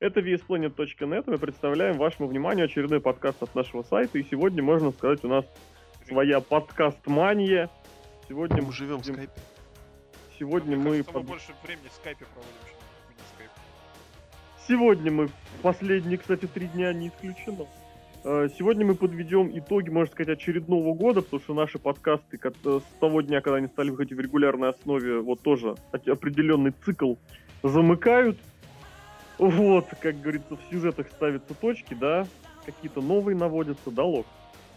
Это VSPlanet.net. Мы представляем вашему вниманию очередной подкаст от нашего сайта. И сегодня, можно сказать, у нас своя подкаст-мания. Сегодня мы живем в скайпе. Сегодня мы больше времени в скайпе проводим, чем не в скайпе. Сегодня мы последние, кстати, 3 дня не исключено. Сегодня мы подведем итоги, можно сказать, очередного года, потому что наши подкасты с того дня, когда они стали выходить в регулярной основе, вот тоже определенный цикл замыкают. Вот, как говорится, в сюжетах ставятся точки, да, какие-то новые наводятся, да, Лок?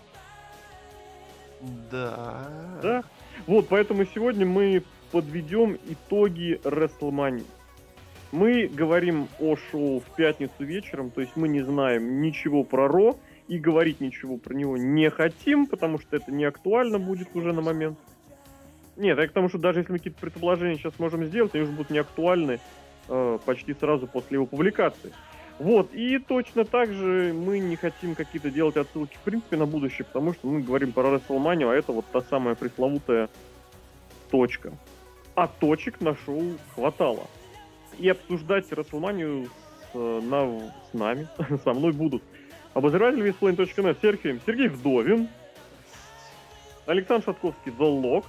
Да. Да? Вот, поэтому сегодня мы подведем итоги WrestleMania. Мы говорим о шоу в пятницу вечером, то есть мы не знаем ничего про Ро, и говорить ничего про него не хотим, потому что это не актуально будет уже на момент. Нет, я к тому, что даже если мы какие-то предположения сейчас можем сделать, они уже будут не актуальны почти сразу после его публикации. Вот, и точно так же мы не хотим какие-то делать отсылки, в принципе, на будущее, потому что мы говорим про WrestleMania, а это вот та самая пресловутая точка. А точек на шоу хватало. И обсуждать WrestleMania с нами, со мной будут обозреватель VSPlanet.net Сергей Вдовин, Александр Шатковский, The Lock,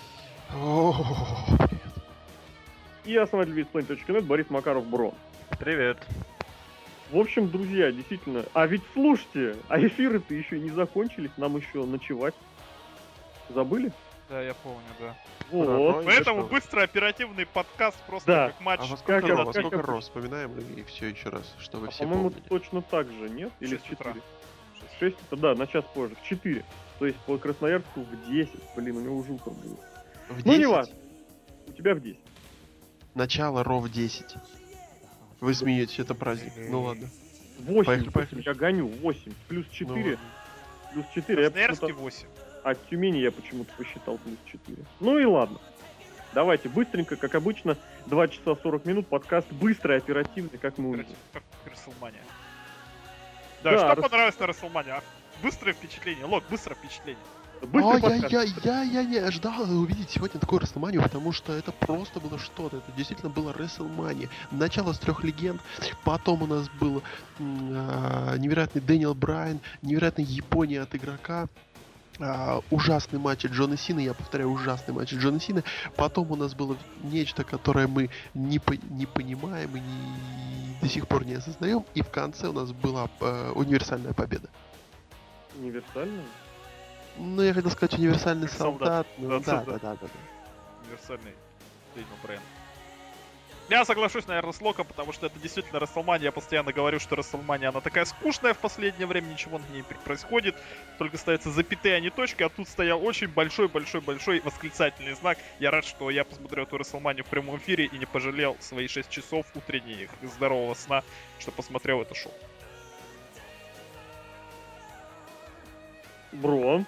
и основатель VSPlanet.net Борис Макаров, Бро. Привет. В общем, друзья, действительно, а ведь слушайте, а эфиры-то еще не закончились, нам еще ночевать. Забыли? Да, я помню, да. Вот. Поэтому быстрый оперативный подкаст просто да. как матч. А во сколько раз вспоминаем и все еще раз, что вы все по-моему, помните. Точно так же, нет? Или в 4? Утра. 6, это да, на час позже, в 4. То есть по Красноярску в 10. Блин, у него уже утром будет. В 10? Ну, не важно. У тебя в 10. Начало РО в 10. Вы смеетесь, это праздник. Ну ладно. 8, поехали. Я гоню, 8. Плюс 4. Плюс 4. Красноярске 8. А Тюмени я почему-то посчитал плюс 4. Ну и ладно. Давайте быстренько, как обычно, 2 часа 40 минут, подкаст быстрый, оперативный, как мы увидим. Как WrestleMania. Да, что понравилось на WrestleMania? Быстрое впечатление. Лок, быстрое впечатление. Я не ожидал увидеть сегодня такую WrestleMania, потому что это просто было что-то. Это действительно было WrestleMania. Начало с 3 легенд, потом у нас был невероятный Дэниел Брайан, невероятная Япония от игрока. Ужасный матч Джона Сины, я повторяю, ужасный матч Джона Сины. Потом у нас было нечто, которое мы не понимаем и до сих пор не осознаем. И в конце у нас была универсальная победа. Универсальная? Ну, я хотел сказать универсальный солдат. Да. Универсальный Дэниел Брайан. Я соглашусь, наверное, с Локом, потому что это действительно WrestleMania. Я постоянно говорю, что WrestleMania, она такая скучная в последнее время, ничего на ней происходит. Только ставятся запятые, а не точки. А тут стоял очень большой-большой-большой восклицательный знак. Я рад, что я посмотрел эту WrestleMania в прямом эфире и не пожалел свои 6 часов утренних здорового сна, что посмотрел это шоу. Бро.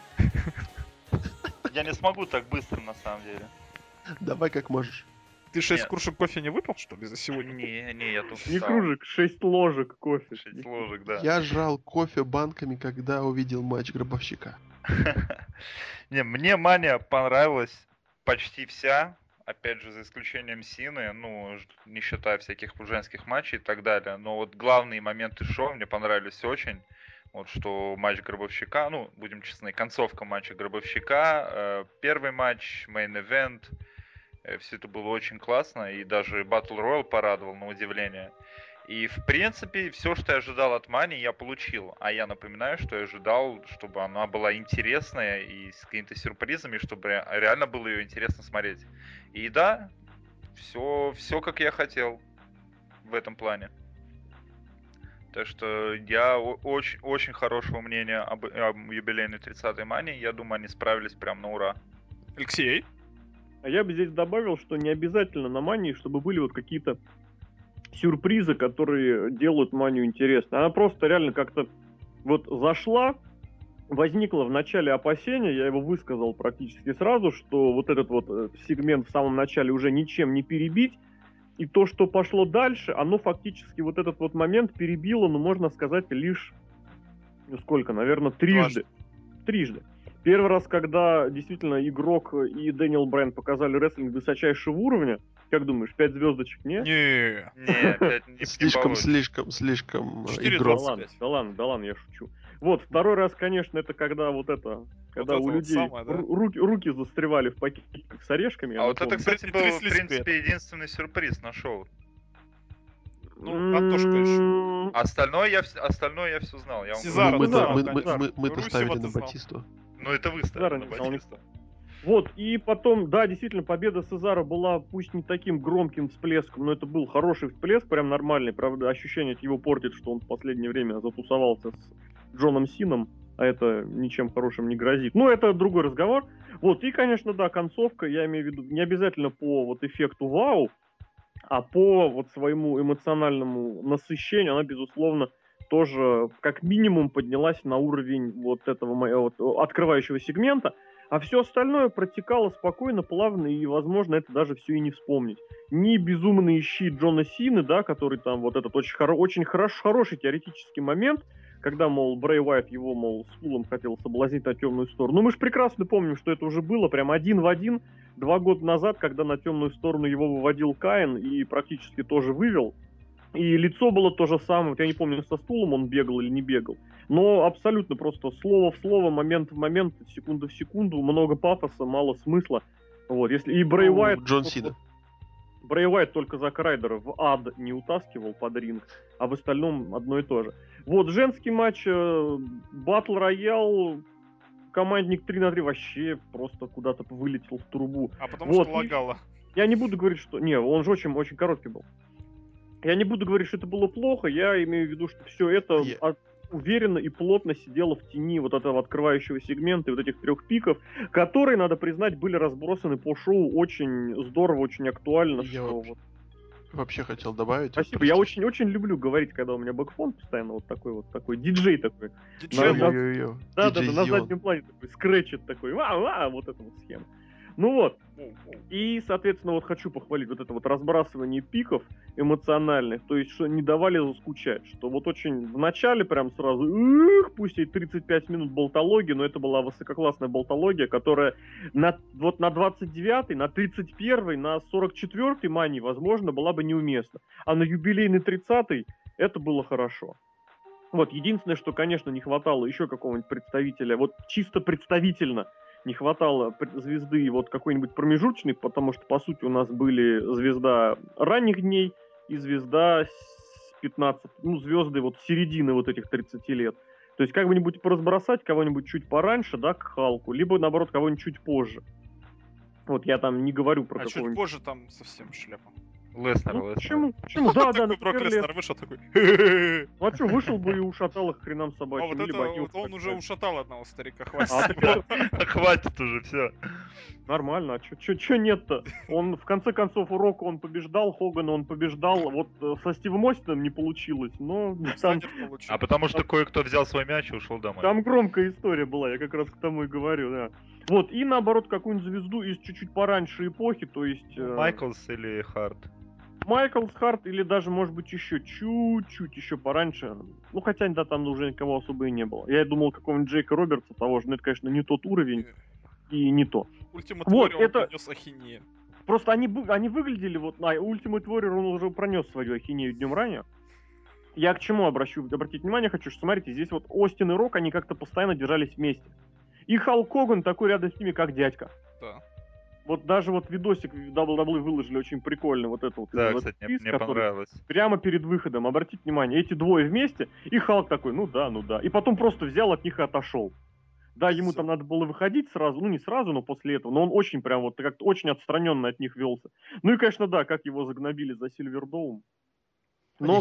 Я не смогу так быстро, на самом деле. Давай как можешь. Ты 6 кружек кофе не выпил, что ли, за сегодня? Не, я тут Не кружек, 6 ложек кофе. 6 ложек, да. Я жрал кофе банками, когда увидел матч Гробовщика. Не, мне Мания понравилась почти вся. Опять же, за исключением Сины, ну, не считая всяких женских матчей и так далее. Но вот главные моменты шоу мне понравились очень. Вот что матч Гробовщика, ну, будем честны, концовка матча Гробовщика, первый матч, мейн-эвент, все это было очень классно, и даже Battle Royale порадовал, на удивление. И, в принципе, все, что я ожидал от Мани, я получил. А я напоминаю, что я ожидал, чтобы она была интересная и с какими-то сюрпризами, чтобы реально было ее интересно смотреть. И да, все как я хотел в этом плане. Так что я очень хорошего мнения об юбилейной 30-й Мании. Я думаю, они справились прям на ура. Алексей? А я бы здесь добавил, что не обязательно на Мании, чтобы были вот какие-то сюрпризы, которые делают Манию интересной. Она просто реально как-то вот зашла, возникло в начале опасения, я его высказал практически сразу, что вот этот вот сегмент в самом начале уже ничем не перебить, и то, что пошло дальше, оно фактически вот этот вот момент перебило, ну, можно сказать, лишь, ну, сколько, наверное, трижды. Первый раз, когда действительно игрок и Дэниел Брайан показали рестлинг высочайшего уровня, как думаешь, 5 звездочек, не? Не. Не, опять не Слишком Четыре игрок. двадцать. Да ладно, я шучу. Вот, второй раз, конечно, это когда когда это у вот людей самое, да? руки застревали в пакетиках с орешками. я А вот это, напомню. кстати, был, в Тряслись при принципе, единственный сюрприз на шоу. Ну, Антошка еще. М, Остальное я все знал. Я вам Сезара, говорю. да, Мы-то Русева ставили ты на знал. Батисту. Ну это вы ставили Сезара на не знал Батисту. Вот, и потом, да, действительно, победа Сезара была пусть не таким громким всплеском, но это был хороший всплеск, прям нормальный. Правда, ощущение от его портит, что он в последнее время затусовался с Джоном Сином, а это ничем хорошим не грозит. Но это другой разговор. Вот, и, конечно, да, концовка, я имею в виду, не обязательно по вот эффекту вау, а по вот своему эмоциональному насыщению, она, безусловно, тоже как минимум поднялась на уровень вот этого открывающего сегмента, а все остальное протекало спокойно, плавно, и, возможно, это даже все и не вспомнить. Ни безумные щи Джона Сины, да, который там вот этот очень хороший теоретический момент, когда, мол, Брэй Уайт его, мол, стулом хотел соблазнить на темную сторону. Ну, мы же прекрасно помним, что это уже было прям один в один 2 года назад, когда на темную сторону его выводил Каин и практически тоже вывел. И лицо было то же самое. Вот я не помню, со стулом он бегал или не бегал. Но абсолютно просто слово в слово, момент в момент, секунда в секунду, много пафоса, мало смысла. Вот, если и Брэй Уайт... Джон Сина. Брэй Уайт только Зака Райдера в ад не утаскивал под ринг, а в остальном одно и то же. Вот, женский матч, Батл Роял, командник 3-3 вообще просто куда-то вылетел в трубу. А потому Вот, что лагало. Я не буду говорить, что... Не, он же очень короткий был. Я не буду говорить, что это было плохо, я имею в виду, что все это уверенно и плотно сидело в тени вот этого открывающего сегмента и вот этих 3 пиков, которые, надо признать, были разбросаны по шоу очень здорово, очень актуально. Вообще хотел добавить. Спасибо, я очень люблю говорить, когда у меня бэкфон постоянно вот такой диджей такой. Диджей, Да, на заднем плане такой, скретчет такой, вот эта вот схема. Ну вот, и, соответственно, вот хочу похвалить вот это вот разбрасывание пиков эмоциональных, то есть, что не давали заскучать, что вот очень в начале прям сразу, пусть и 35 минут болтологии, но это была высококлассная болтология, которая на 29-й, на 31-й, на 44-й мании, возможно, была бы неуместна, а на юбилейный 30-й это было хорошо. Вот, единственное, что, конечно, не хватало еще какого-нибудь представителя, вот чисто представительно, не хватало звезды вот какой-нибудь промежуточной, потому что, по сути, у нас были звезда ранних дней и звезда с 15, звезды вот середины вот этих 30 лет. То есть как-нибудь поразбросать кого-нибудь чуть пораньше, да, к Халку, либо, наоборот, кого-нибудь чуть позже. Вот я там не говорю про какого-нибудь... чуть позже там совсем шляпа. Леснер. Почему? Да, например, Брок Леснер вышел такой. Ну а что, вышел бы и ушатал их хренам собачьим. А вот это он уже ушатал одного старика, хватит. Хватит уже, все. Нормально, а чё нет-то? Он, в конце концов, у Рока он побеждал, Хогана он побеждал, вот со Стивом Остином не получилось, но там... А потому что кое-кто взял свой мяч и ушел домой. Там громкая история была, я как раз к тому и говорю, да. Вот, и наоборот, какую-нибудь звезду из чуть-чуть пораньше эпохи, то есть... Майклс или Харт? Майклс, Харт или даже, может быть, еще чуть-чуть еще пораньше. Ну, хотя, да, там уже никого особо и не было. Я думал, какого-нибудь Джейка Робертса того же, но это, конечно, не тот уровень и не то. Ultimate вот, Warrior это... пронес ахинею. Просто они выглядели, вот, Ultimate Warrior он уже пронес свою ахинею днем ранее. Я к чему обратить внимание хочу, что, смотрите, здесь вот Остин и Рок, они как-то постоянно держались вместе. И Халк Хоган такой рядом с ними, как дядька. Да. Вот даже вот видосик в WWE выложили очень прикольно, вот это вот. Да, кстати, мне понравилось. Прямо перед выходом, обратите внимание, эти двое вместе, и Халк такой, ну да. И потом просто взял от них и отошел. Да, ему там надо было выходить сразу, ну не сразу, но после этого, но он очень прям вот как-то очень отстраненно от них велся. Ну и, конечно, да, как его загнобили за Сильвердоум. Но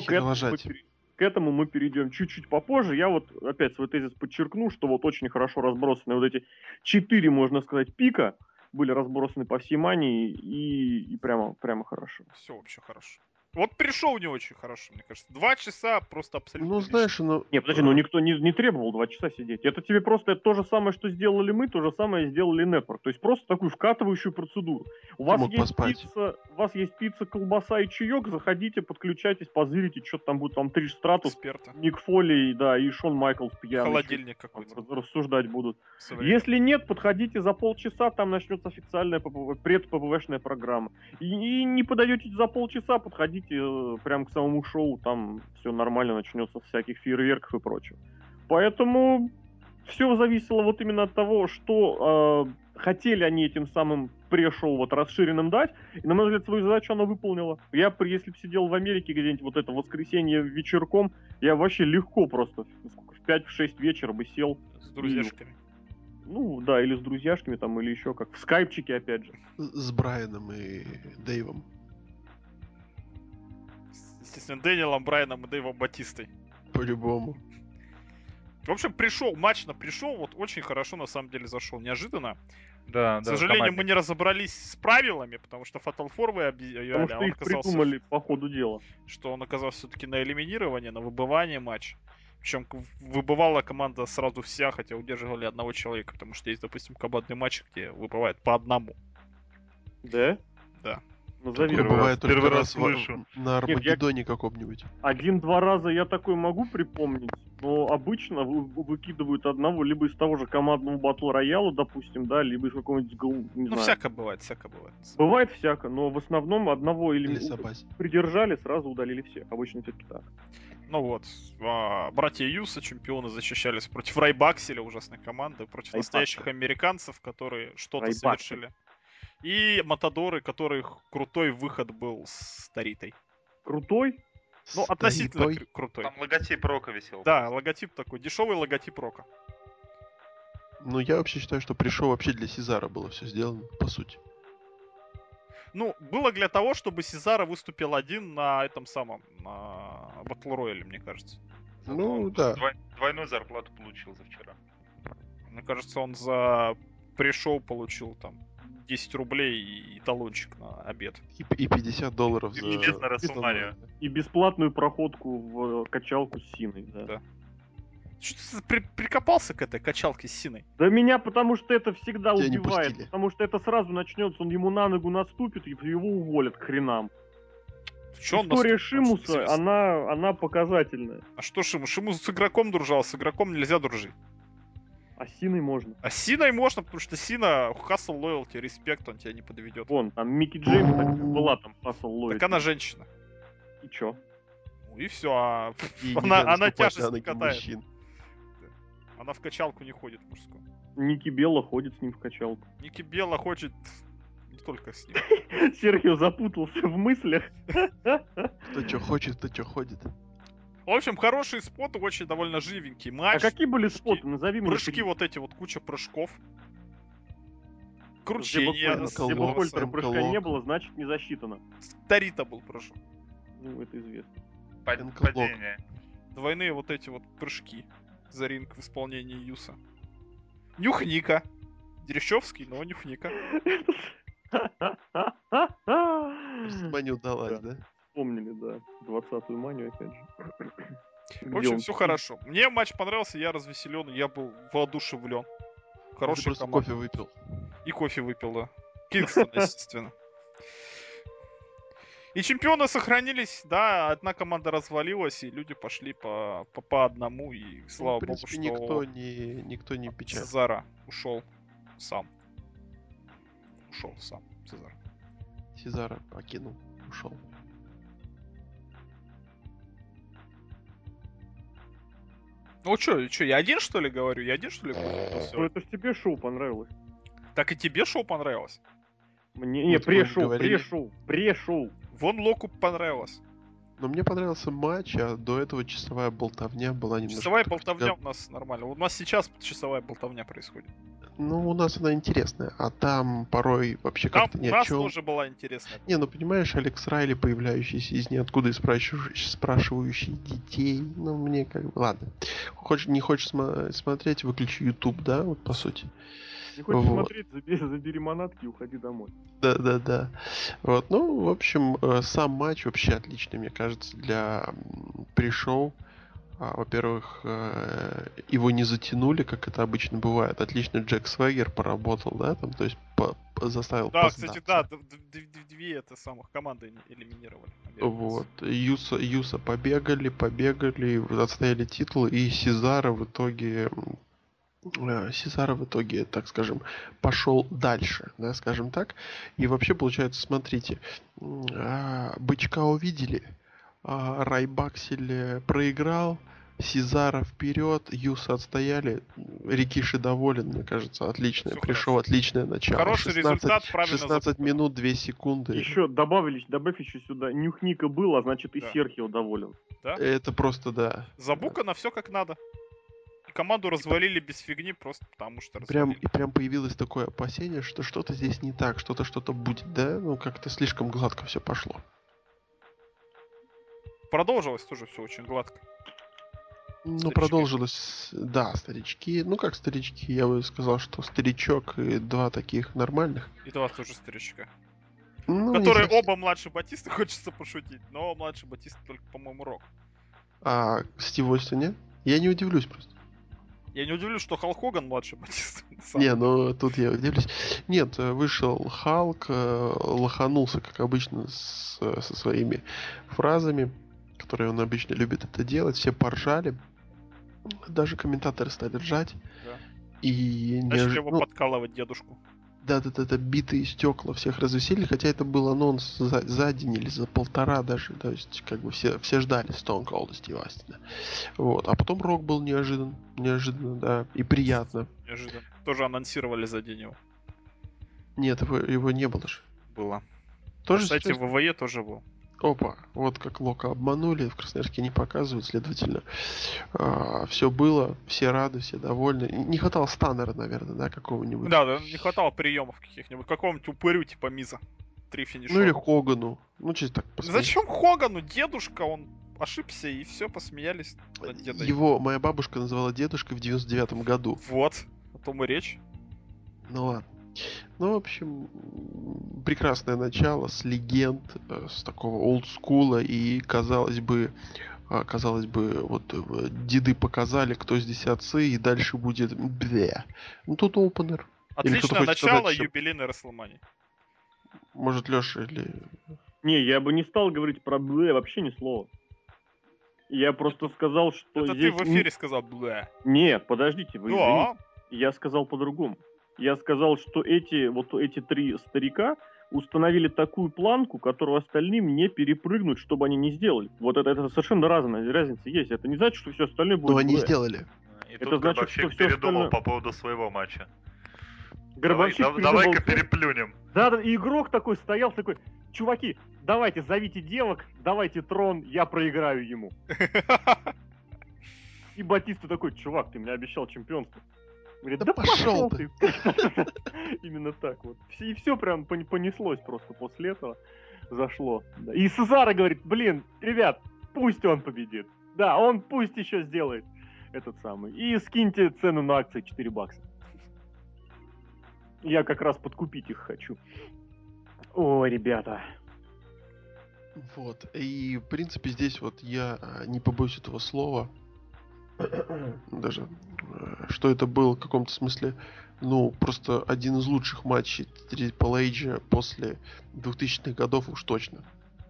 к этому мы перейдем чуть-чуть попозже. Я вот опять свой тезис подчеркну, что вот очень хорошо разбросаны вот эти 4, можно сказать, пика, были разбросаны по всей мании и прямо хорошо. Все вообще хорошо. Вот пришел не очень хорошо, мне кажется. 2 часа просто абсолютно... Ну, знаешь, Не, подожди, ну никто не требовал 2 часа сидеть. Это тебе просто это то же самое, что сделали мы, то же самое сделали Network. То есть просто такую вкатывающую процедуру. У вас есть пицца, колбаса и чаек, заходите, подключайтесь, позырите, что там будет, там Триш Стратус, эксперта. Ник Фоли, да, и Шон Майклс пьяный. Холодильник какой-то. Рассуждать будут. Современный. Если нет, подходите за полчаса, там начнется официальная пред-ППВшная программа. И не подойдете за полчаса, подходите прям к самому шоу, там все нормально начнется, всяких фейерверков и прочего. Поэтому все зависело вот именно от того, что хотели они этим самым пре-шоу вот расширенным дать, и, на мой взгляд, свою задачу она выполнила. Я, если бы сидел в Америке где-нибудь вот это воскресенье вечерком, я вообще легко просто в 5-6 вечера бы сел. С друзьяшками. Ну, да, или с друзьяшками там, или еще как. В скайпчике, опять же. С Брайаном и Дэйвом. Естественно, Дэниелом, Брайаном и Дэйвом Батистой. По-любому. В общем, пришел, вот очень хорошо на самом деле зашел. Неожиданно. Да, К сожалению, мы не разобрались с правилами, потому что Fatal 4 вы объявляли, потому что он их придумали по ходу дела. Что он оказался все-таки на элиминирование, на выбывание матча. Причем выбывала команда сразу вся, хотя удерживали одного человека, потому что есть, допустим, командный матч, где выбывает по одному. Да? Да. Назови. Бывает только первый раз раз слышу. на Армагеддоне каком-нибудь. 1-2 раза я такой могу припомнить, но обычно выкидывают одного либо из того же командного батл рояла, допустим, да, либо из какого-нибудь, не знаю. Всяко бывает, всяко бывает. Бывает всяко, но в основном одного Или Сабаси. придержали, сразу удалили всех. Обычно все-таки так. Ну вот, братья Юса, чемпионы, защищались против Райбакселя, ужасной команды, против настоящих американцев, которые что-то совершили. И Матадоры, которых крутой выход был с Таритой. Крутой? Ну, относительно крутой. Там логотип Рока висел. Да, логотип такой, дешевый логотип Рока. Ну, я вообще считаю, что пришел вообще для Сезара было все сделано, по сути. Ну, было для того, чтобы Сезаро выступил один на этом самом, на Батл Рояле, мне кажется. Ну, да. Двойную зарплату получил за вчера. Мне кажется, он за пришел получил там 10 рублей и талончик на обед. И $50 за... билет на Расселманию. И бесплатную проходку в качалку с Синой, да. Что ты прикопался к этой качалке с Синой? Да меня, потому что это всегда Тебя не убивает. пустили. Потому что это сразу начнется, он ему на ногу наступит, и его уволят к хренам. История Шимуса, она показательная. А что Шимус? Шимус с игроком дружал, с игроком нельзя дружить. А с Синой можно. А с Синой можно, потому что Сина hustle loyalty, респект, он тебя не подведет. Вон, там Микки Джеймс так была там hustle loyalty. Так она женщина. И чё? Ну и все, И она тяжесть на не ноги катает. мужчин. Она в качалку не ходит мужскую. Ники Белла ходит с ним в качалку. Ники Белла хочет не только с ним. Серхио запутался в мыслях. Кто что хочет, кто что ходит. В общем, хорошие споты, очень довольно живенький матч. А какие были споты? Назови мне. Прыжки вот эти вот, куча прыжков. Кручение. Где бы Хольтера прыжка не было, значит не засчитано. Тарита был прыжок. Ну, это известно. Падение. Двойные вот эти вот прыжки за ринг в исполнении Юса. Нюхника. Дерещевский, но Нюхника. Мания удалась, да? Вспомнили, да. 20-ю манию, опять же. В общем, все хорошо. Мне матч понравился, я развеселен, я был воодушевлен. Хорошая просто команда. кофе выпил. И кофе выпил, да. Кингстон, естественно. И чемпионы сохранились, да, одна команда развалилась, и люди пошли по одному, и слава В принципе, богу, что никто не печалит. Сезара ушел сам. Ушел сам, Сезар. Сезара покинул, ушел. Ну чё, я один что ли говорю? Я один что ли говорю? Ну, это ж тебе шоу понравилось. Так и тебе шоу понравилось? Мне, не, Вот мы пре-шоу. Вон Локу понравилось. Но мне понравился матч, а до этого часовая болтовня была немножко... Часовая болтовня у нас нормально. У нас сейчас часовая болтовня происходит. Ну, у нас она интересная, а там порой вообще Там как-то у ни о нас чем. тоже была интересная. Не, ну понимаешь, Алекс Райли, появляющийся из ниоткуда и спрашивающий детей, ну мне как бы... Ладно. Не хочешь смотреть, выключи YouTube, да, вот по сути. Не хочешь Вот. смотреть, забери манатки и уходи домой. Да. Вот, ну, в общем, сам матч вообще отличный, мне кажется, для пришоу. Во-первых, его не затянули, как это обычно бывает. Отлично Джек Свегер поработал, да, там, то есть заставил Да, кстати, да, посдаться. две это самых команды элиминировали. Вот. Юса побегали, отстояли титул, и Сезаро в итоге, так скажем, пошел дальше, да, скажем так. И вообще, получается, смотрите, Бычка увидели, Райбаксель проиграл, Сезаро вперед, Юса отстояли, Рикиши доволен, мне кажется, отличное. Всё Пришел хорошо. отличное начало. Хороший результат, правильно 16 забука. минут, 2 секунды. Еще добавь еще сюда. Нюхника был, а значит и Да. Серхио доволен. Да? Это просто, да. Забукано все как надо. И команду развалили без фигни, просто потому что развалили. Прям появилось такое опасение, что что-то здесь не так, что-то будет, да? Ну, как-то слишком гладко все пошло. Продолжилось тоже все очень гладко. Ну, Старички. продолжилось, да, старички. Ну, как старички, я бы сказал, что старичок и два таких нормальных. И два тоже старичка. Ну, не Которые совсем. оба младше Батисты, хочется пошутить. Но младше Батиста только, по-моему, Рок. А Стив Остин, нет? Я не удивлюсь просто. Я не удивлюсь, что Халк Хоган младше Батиста. Не, ну тут я удивлюсь. Нет, вышел Халк, лоханулся, как обычно, со своими фразами, которые он обычно любит это делать. Все поржали. Даже комментаторы стали ржать. Да. И Начали его подкалывать дедушку. Да, битые стекла всех развеселили, хотя это был анонс за день или за полтора даже, то есть как бы все ждали Stone Cold Стива Остина. Вот, а потом Рок был неожиданно, да, и приятно. Неожиданно. Тоже анонсировали за день его. Нет, его не было же. Было. Тоже Кстати, серьезно? в ВВЕ тоже был. Опа, вот как Лока обманули, в Красноярске не показывают, следовательно, все было, все рады, все довольны. Не хватало Станнера, наверное, да, какого-нибудь. Да, не хватало приемов каких-нибудь. Какому-нибудь упырю типа Миза. 3 финиша. Ну или Хогану. Ну, чисто так посмотреть. Зачем Хогану? Дедушка, он ошибся, и все, посмеялись над дедой. Его моя бабушка называла дедушкой в 99-м году. Вот, о том и речь. Ну ладно. Ну, в общем, прекрасное начало с легенд, с такого олдскула, и казалось бы, вот деды показали, кто здесь отцы, и дальше будет бля. Ну тут опенер. Или кто-то Отличное хочет начало сказать, что- юбилейной Расселмании. Может, Леша или... Не, я бы не стал говорить про Блэ вообще ни слова. Я просто сказал, что Это ты здесь... в эфире сказал, бля. Нет, подождите, вы извините. Да, Я сказал по-другому. Я сказал, что эти три старика установили такую планку, которую остальным не перепрыгнуть, чтобы они не сделали. Вот это совершенно разница есть. Это не значит, что все остальное будет Ну, они блэ. сделали. И Это тут значит, Гробовщик что всё передумал остальное- по поводу своего матча. Гробовщик Давай-ка придумал- переплюнем. Да, и игрок такой стоял, такой, чуваки, давайте зовите девок, давайте трон, я проиграю ему. И Батиста такой, чувак, ты мне обещал чемпионство. Говорит, Да да пошёл пошел ты. Именно так вот. И все прям понеслось просто после этого. Зашло. Да. И Сезаро говорит, блин, ребят, пусть он победит. Да, он пусть еще сделает этот самый. И скиньте цену на акции $4. Я как раз подкупить их хочу. Ой, ребята. Вот. И, в принципе, здесь вот я не побоюсь этого слова. Даже, что это был в каком-то смысле, ну, просто один из лучших матчей Triple H после 2000-х годов уж точно.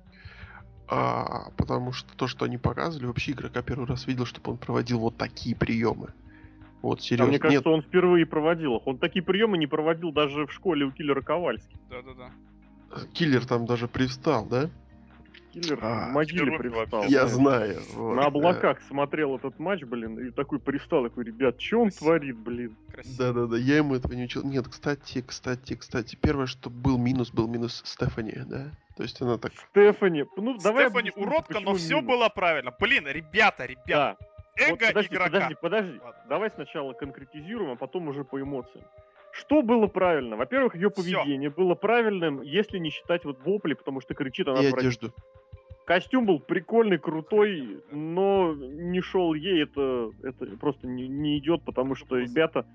Потому что то, что они показывали, вообще игрока первый раз видел, чтобы он проводил вот такие приемы. Вот, А серьезно. мне кажется, он впервые проводил их. Он такие приемы не проводил даже в школе у Киллера Ковальски. Да-да-да. Киллер там даже привстал, да? Киллер А, в могиле Киллер привстал. вообще. Я знаешь. знаю. Вот. На облаках смотрел этот матч, блин, и такой привстал, такой, ребят, что он Красиво. творит, блин? Красиво. Да, я ему этого не учил. Нет, кстати, первое, что был минус Стефани, да? То есть она так... Стефани, ну давай Стефани объясним, уродка, почему но все минус. было правильно. Блин, ребята, Да. Вот эго подожди, игрока. подожди. Ладно. Давай сначала конкретизируем, а потом уже по эмоциям. Что было правильно? Во-первых, ее Всё. поведение было правильным, если не считать вот вопли, потому что кричит она И про одежду. Костюм был прикольный, крутой, но не шел ей, это просто не идет, потому что ребята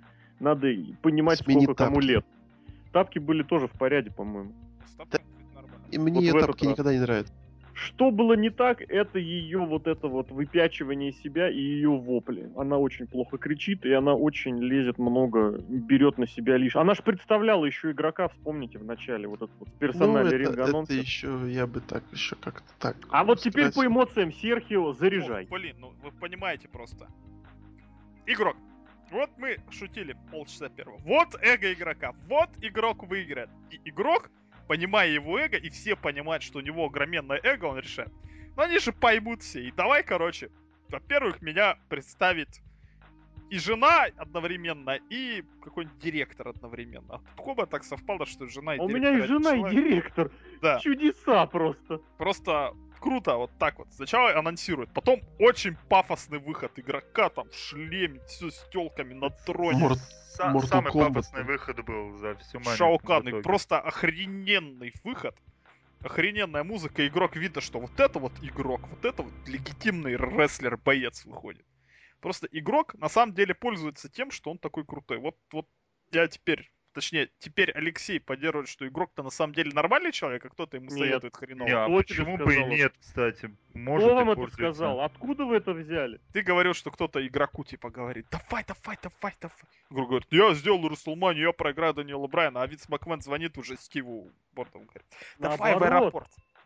Надо понимать, Смени сколько кому тапки. лет. Тапки были тоже в порядке, по-моему. Стопка будет нормально. И мне Вот ее в этот тапки раз. никогда не нравятся. Что было не так, это ее вот это вот выпячивание себя и ее вопли. Она очень плохо кричит, и она очень лезет много, берет на себя лишь. Она же представляла еще игрока, вспомните, в начале, вот этот вот Ну, персональный это ринг-анонсер. еще, я бы так, еще как-то так. А вот теперь по скрасил. эмоциям, Серхио, заряжай. Ну, блин, ну вы понимаете просто. Игрок. Вот мы шутили полчаса первого. Вот эго игрока. Вот игрок выиграет. И игрок, понимая его эго, и все понимают, что у него огроменное эго, он решает. Но они же поймут все. И давай, короче, во-первых, меня представит и жена одновременно, и какой-нибудь директор одновременно. Хоба так совпало, что жена и А у директор. меня и один жена, и человек. директор. Да. Чудеса просто. Просто круто, вот так вот. Сначала анонсируют, потом очень пафосный выход игрока, там, в шлеме, все с телками на троне. Мор- Mortal Самый Kombat, пафосный да. выход был за всю манию. Шауканы. Просто охрененный выход. Охрененная музыка. Игрок, видно, что вот это вот игрок, вот это вот легитимный рестлер-боец выходит. Просто игрок на самом деле пользуется тем, что он такой крутой. Вот я теперь, точнее, теперь Алексей поддерживает, что игрок-то на самом деле нормальный человек, а кто-то ему Нет. советует хреново. Не, а Кто тебе почему бы и сказал нет, кстати? Может Кто и вам это пользуется. сказал? Откуда вы это взяли? Ты говорил, что кто-то игроку типа говорит, давай. Игрок говорит, я сделал Расселманию, я проиграю Даниэла Брайана, а Винс Макмен звонит уже Стиву Бортону, говорит, давай в аэропорт.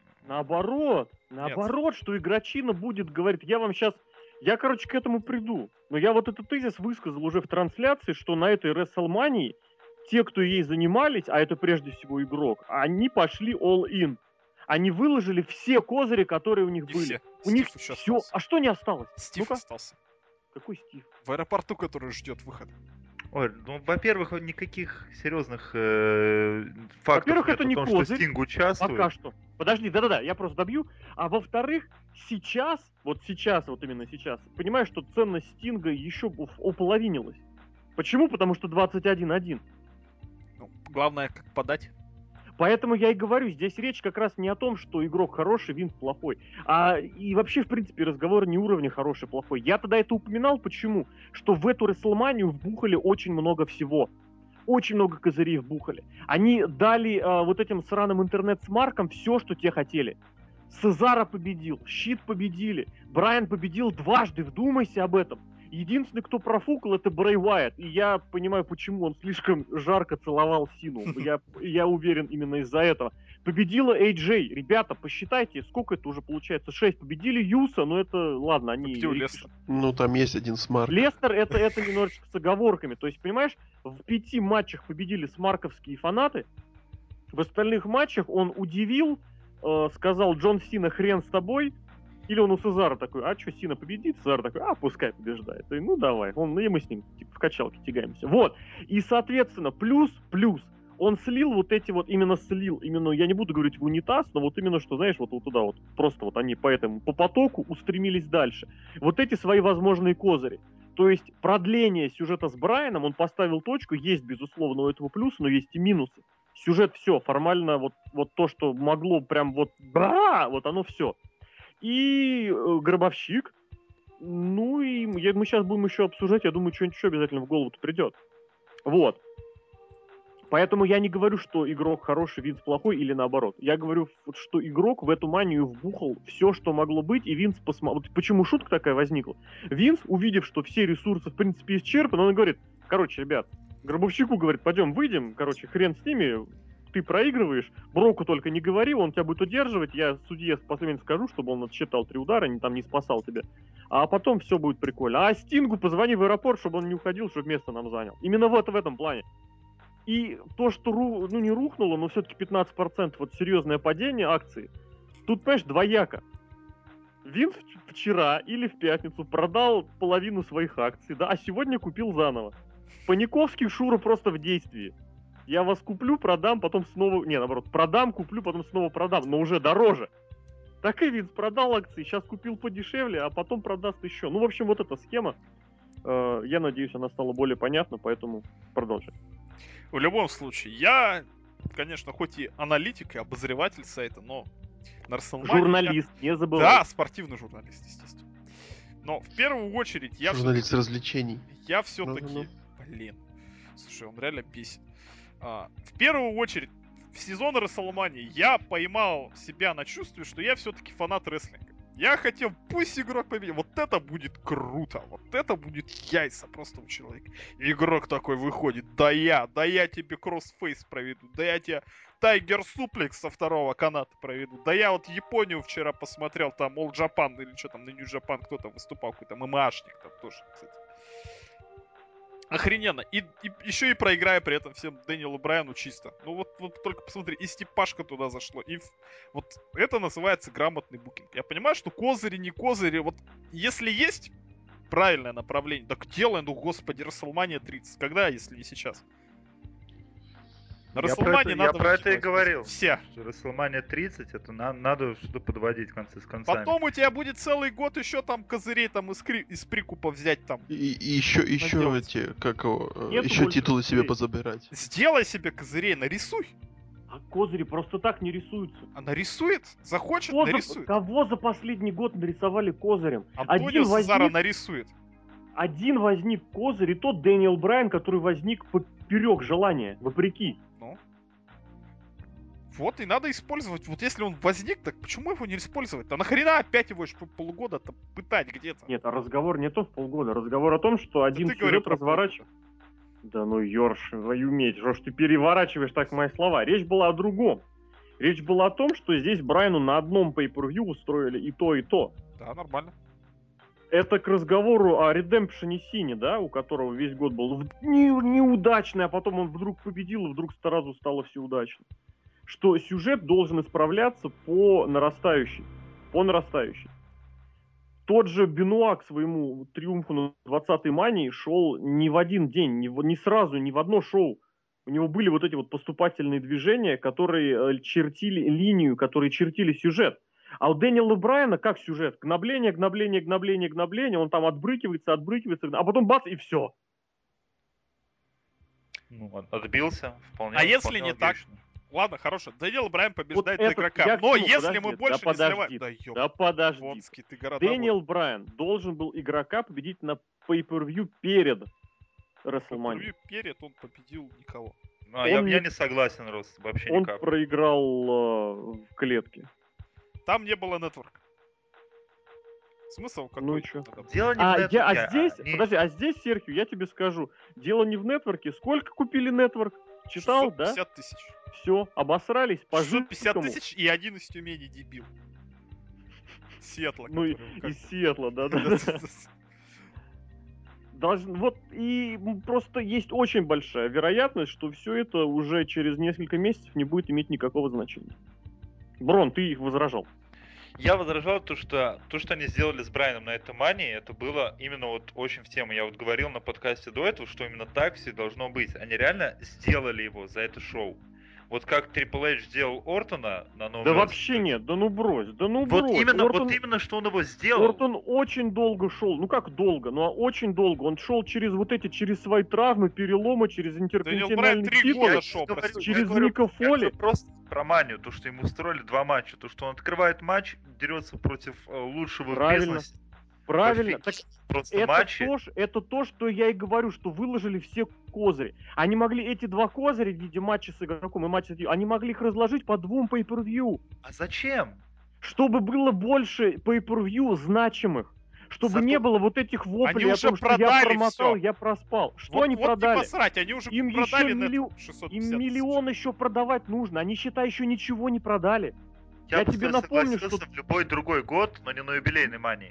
Наоборот, что игрочина будет говорить, я, короче, к этому приду. Но я вот этот тезис высказал уже в трансляции, что на этой WrestleMania те, кто ей занимались, а это прежде всего игрок, они пошли all-in. Они выложили все козыри, которые у них И были. все. У них Стив еще все. остался. А что не осталось? Стив Ну-ка, остался. какой Стив? В аэропорту, который ждет выхода. Ой, ну, во-первых, никаких серьезных фактов Во-первых, нет это о не том, козырь. что Стинг участвует. Пока что. Подожди, да-да-да, я просто добью. А во-вторых, сейчас, вот именно сейчас, понимаешь, что ценность Стинга еще уполовинилась. Почему? Потому что 21-1. Ну, главное, как подать. Поэтому я и говорю, здесь речь как раз не о том, что игрок хороший, Винс плохой. И вообще, в принципе, разговор не уровня хороший-плохой. Я тогда это упоминал, почему? Что в эту WrestleMania вбухали очень много всего. Очень много козырей вбухали. Они дали вот этим сраным интернет-смаркам все, что те хотели. Сезара победил, Щит победили, Брайан победил дважды, вдумайся об этом. Единственный, кто профукал, это Брэй Уайт. И я понимаю, почему он слишком жарко целовал Сину. Я уверен именно из-за этого. Победила AJ. Ребята, посчитайте, сколько это уже получается? 6. Победили Юса, но это, ладно, они... Победил Лестер. Ну, там есть один смарт. Лестер это немножечко с оговорками. То есть, понимаешь, в 5 матчах победили смарковские фанаты. В остальных матчах он удивил, сказал: Джон Сина, хрен с тобой. Или он у Сезара такой: а что, Сина победит? Сезар такой: а, пускай побеждает. И, ну, давай. И мы с ним типа в качалке тягаемся. Вот. И, соответственно, плюс, он слил вот эти вот, именно, я не буду говорить в унитаз, но вот именно, что, знаешь, вот туда вот, просто вот они по потоку устремились дальше. Вот эти свои возможные козыри. То есть продление сюжета с Брайаном, он поставил точку, есть, безусловно, у этого плюсы, но есть и минусы. Сюжет все, формально вот то, что могло прям вот оно все. И Гробовщик. Ну и мы сейчас будем еще обсуждать, я думаю, что-нибудь еще обязательно в голову-то придет. Вот. Поэтому я не говорю, что игрок хороший, Винс плохой или наоборот. Я говорю, что игрок в эту манию вбухал все, что могло быть, и Винс посмотрел. Вот почему шутка такая возникла? Винс, увидев, что все ресурсы в принципе исчерпаны, он говорит: короче, ребят, Гробовщику говорит: пойдем выйдем, короче, хрен с ними, ты проигрываешь, Броку только не говори, он тебя будет удерживать, я судье последний скажу, чтобы он отсчитал 3 удара, не спасал тебя. А потом все будет прикольно. А Стингу позвони в аэропорт, чтобы он не уходил, чтобы место нам занял. Именно вот в этом плане. И то, что не рухнуло, но все-таки 15% вот серьезное падение акций, тут, понимаешь, двояко. Винс вчера или в пятницу продал половину своих акций, да, а сегодня купил заново. Паниковский Шура просто в действии. Я вас куплю, продам, потом снова... Не, наоборот, продам, куплю, потом снова продам, но уже дороже. Так и Винс продал акции, сейчас купил подешевле, а потом продаст еще. Ну, в общем, вот эта схема. Я надеюсь, она стала более понятна, поэтому продолжим. В любом случае, я, конечно, хоть и аналитик, и обозреватель сайта, но на WrestleMania... Журналист, не забывай. Да, спортивный журналист, естественно. Но в первую очередь я Журналист развлечений. все-таки... Блин. Слушай, он реально бесит. В первую очередь, в сезон WrestleMania я поймал себя на чувстве, что я все-таки фанат рестлинга. Я хотел, пусть игрок победит. Вот это будет круто. Вот это будет яйца просто у человека. И игрок такой выходит. Да я тебе кроссфейс проведу. Да я тебе Тайгер Суплекс со второго каната проведу. Да я вот Японию вчера посмотрел. Там All Japan или что там на New Japan кто там выступал. Какой-то ММАшник там тоже, кстати. Охрененно. И еще и проиграя при этом всем Дэниелу Брайану чисто. Ну вот только посмотри, и Степашка туда зашло. И вот это называется грамотный букинг. Я понимаю, что козыри, не козыри. Вот если есть правильное направление, так делай, ну господи, WrestleMania 30. Когда, если не сейчас? На WrestleMania надо... Я про это и говорил. Все. WrestleMania 30, это надо что-то подводить концы с концами. Потом у тебя будет целый год еще там козырей там из прикупа взять там. И еще эти, как его, еще титулы себе позабирать. Сделай себе козырей, нарисуй. А козыри просто так не рисуются. А нарисует? Захочет, нарисует. Кого за последний год нарисовали козырем? Антонио Сезаро нарисует. Один возник козырь, и тот Дэниел Брайан, который возник поперек желания, вопреки. Ну. Вот, и надо использовать. Вот если он возник, так почему его не использовать? А нахрена опять его еще полгода-то пытать где-то? Нет, а разговор не то в полгода. Разговор о том, что один сюжет разворачивает. Да ну, Ёрш, твою медь, что ж ты переворачиваешь так мои слова? Речь была о другом. Речь была о том, что здесь Брайану на одном pay-per-view устроили и то, и то. Да, нормально. Это к разговору о Redemption Сине, да, у которого весь год был неудачный, а потом он вдруг победил, и вдруг сразу стало все удачно. Что сюжет должен исправляться по нарастающей. По нарастающей. Тот же Бенуа к своему триумфу на 20-й мании шел не в один день, не сразу, не в одно шоу. У него были вот эти вот поступательные движения, которые чертили линию, которые чертили сюжет. А у Дэниела Брайана как сюжет? Гнобление, гнобление, гнобление, гнобление. Он там отбрыкивается, а потом бац, и все. Ну, отбился. Вполне, а если вполне не логично. Так? Ладно, хорошо. Дэниел Брайан побеждает вот игрока. Но если подожди, мы больше не сливаем... Да подожди. Вонский, ты Дэниел Брайан должен был игрока победить на pay-per-view перед WrestleMania. Перед он победил никого. Ну, я не согласен, Рос, вообще никак. Он проиграл в клетке. Там не было нетворка. Смысл какой? Ну и что? Дело не в нетворке. Подожди, здесь, Серхио, я тебе скажу. Дело не в нетворке. Сколько купили нетворк? Читал, 650 да? 50 тысяч. Все, обосрались по 650 тысяч и один из Тюмени дебил. Сиэтла. Ну, из Сиэтла, да-да. Вот, и просто есть очень большая вероятность, что все это уже через несколько месяцев не будет иметь никакого значения. Брон, ты их возражал. Я возражал то, что они сделали с Брайаном на этой мании, это было именно вот очень в тему. Я вот говорил на подкасте до этого, что именно так все должно быть. Они реально сделали его за это шоу. Вот как Triple H сделал Ортона на новом... Да вообще нет, да ну брось. Вот именно, что он его сделал. Ортон очень долго шел, ну как долго, ну очень долго. Он шел через свои травмы, переломы, через интерконтинентальный титул, через Мика Фоли. Просто про манию, то, что ему устроили 2 матча, то, что он открывает матч, дерется против лучшего в бизнесе. Правильно, так это, это то, что я и говорю, что выложили все козыри. Они могли эти 2 козыря в виде матча с игроком и матча с... Они могли их разложить по 2 pay-per-view. А зачем? Чтобы было больше pay-per-view значимых. Чтобы не было вот этих воплей о том, что я промотал, я проспал. Что они продали? Посрать, они уже им продали им миллион еще продавать нужно. Они, считай, еще ничего не продали. Я тебе напомню, что... в любой другой год, но не на юбилейной мании.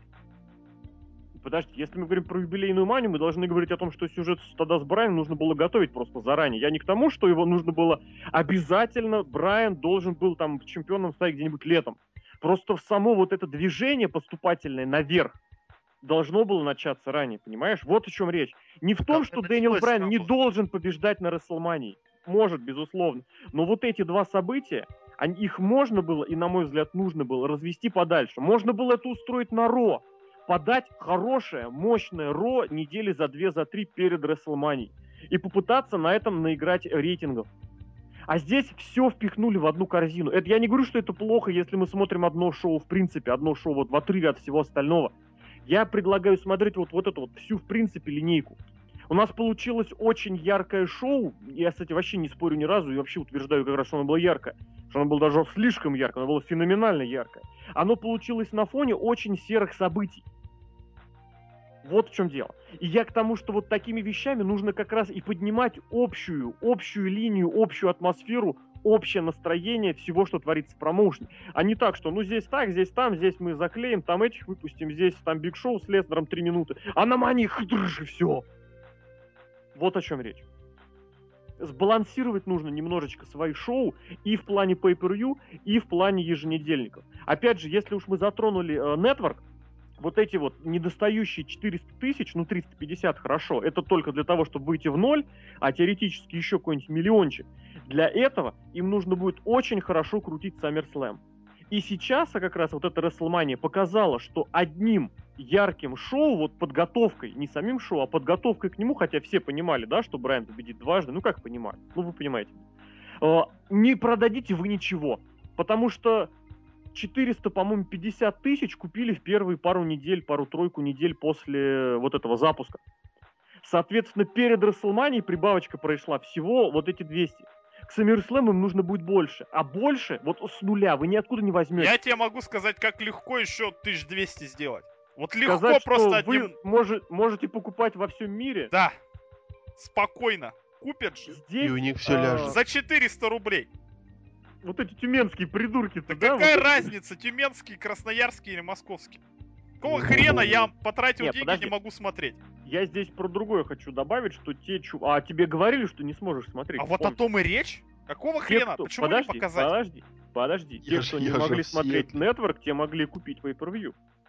Подожди, если мы говорим про юбилейную манию, мы должны говорить о том, что сюжет тогда с Брайаном нужно было готовить просто заранее. Я не к тому, что его нужно было обязательно, Брайан должен был там чемпионом стать где-нибудь летом. Просто само вот это движение поступательное наверх должно было начаться ранее, понимаешь? Вот о чем речь. Не в том, что Дэниел Брайан не должен побеждать на WrestleMania. Может, безусловно. Но вот эти 2 события, их можно было, и, на мой взгляд, нужно было развести подальше. Можно было это устроить на Ро. Подать хорошее, мощное Ро недели за 2, за 3 перед WrestleMania. И попытаться на этом наиграть рейтингов. А здесь все впихнули в одну корзину. Это я не говорю, что это плохо, если мы смотрим одно шоу, в принципе, одно шоу вот в отрыве от всего остального. Я предлагаю смотреть вот эту вот всю, в принципе, линейку. У нас получилось очень яркое шоу. Я, кстати, вообще не спорю ни разу и вообще утверждаю как раз, что оно было яркое. Что оно было даже слишком яркое, оно было феноменально яркое. Оно получилось на фоне очень серых событий. Вот в чем дело. И я к тому, что вот такими вещами нужно как раз и поднимать общую линию, общую атмосферу, общее настроение всего, что творится в промоушне. А не так, что ну здесь так, здесь там, здесь мы заклеим, там этих выпустим, здесь там Биг Шоу с Леснером 3 минуты, а на Мании хдрж и все. Вот о чем речь. Сбалансировать нужно немножечко свои шоу и в плане pay-per-view, и в плане еженедельников. Опять же, если уж мы затронули Network, вот эти вот недостающие 400 тысяч, ну 350 хорошо, это только для того, чтобы выйти в ноль, а теоретически еще какой-нибудь миллиончик. Для этого им нужно будет очень хорошо крутить SummerSlam. И сейчас как раз вот эта WrestleMania показала, что одним ярким шоу, вот подготовкой, не самим шоу, а подготовкой к нему, хотя все понимали, да, что Брайан победит дважды, ну как понимали, ну вы понимаете, не продадите вы ничего, потому что 400, по-моему, 50 тысяч купили в первые пару-тройку недель после вот этого запуска. Соответственно, перед WrestleMania прибавочка произошла всего вот эти 200. К SummerSlam им нужно будет больше. А больше, вот с нуля, вы ниоткуда не возьмете. Я тебе могу сказать, как легко еще 1200 сделать. Вот легко сказать, просто что одним... вы можете покупать во всем мире. Да, спокойно. Купят же. И у них все ляжет. За 400 рублей. Вот эти тюменские придурки-то, Да да? какая вот разница, тюменский, красноярский или московский? Какого хрена я потратил деньги, подожди. не могу смотреть? Я здесь про другое хочу добавить, что А тебе говорили, что не сможешь смотреть. А вот о том и речь? Какого хрена? Почему не показать? Подожди. Те, кто не могли смотреть Network, те могли купить pay-per-view.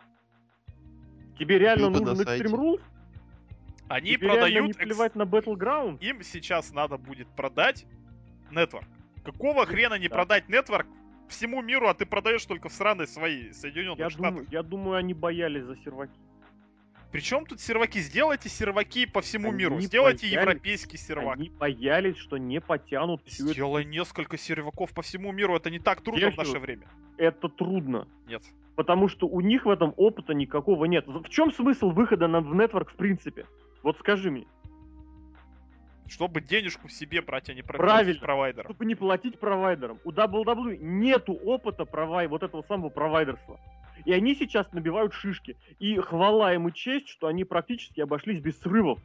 Тебе реально нужен Extreme Rules? Они Тебе продают... реально не плевать на Battleground? Им сейчас надо будет продать Network. Какого хрена не продать Network всему миру, а ты продаешь только в сраной свои Соединенных Штатах? Я думаю, они боялись за серваки. Причем тут серваки? Сделайте серваки по всему Они миру. Сделайте боялись, европейский сервак. Они боялись, что не потянут всю Сделай несколько серваков по всему миру. Это не так трудно в наше время. Это трудно. Нет. Потому что у них в этом опыта никакого нет. В чем смысл выхода в Network в принципе? Вот скажи мне. Чтобы денежку в себе брать, а не Правильно. провайдерам. Чтобы не платить провайдерам. У WWE нету опыта вот этого самого провайдерства. И они сейчас набивают шишки. И хвала им и честь, что они практически обошлись без срывов.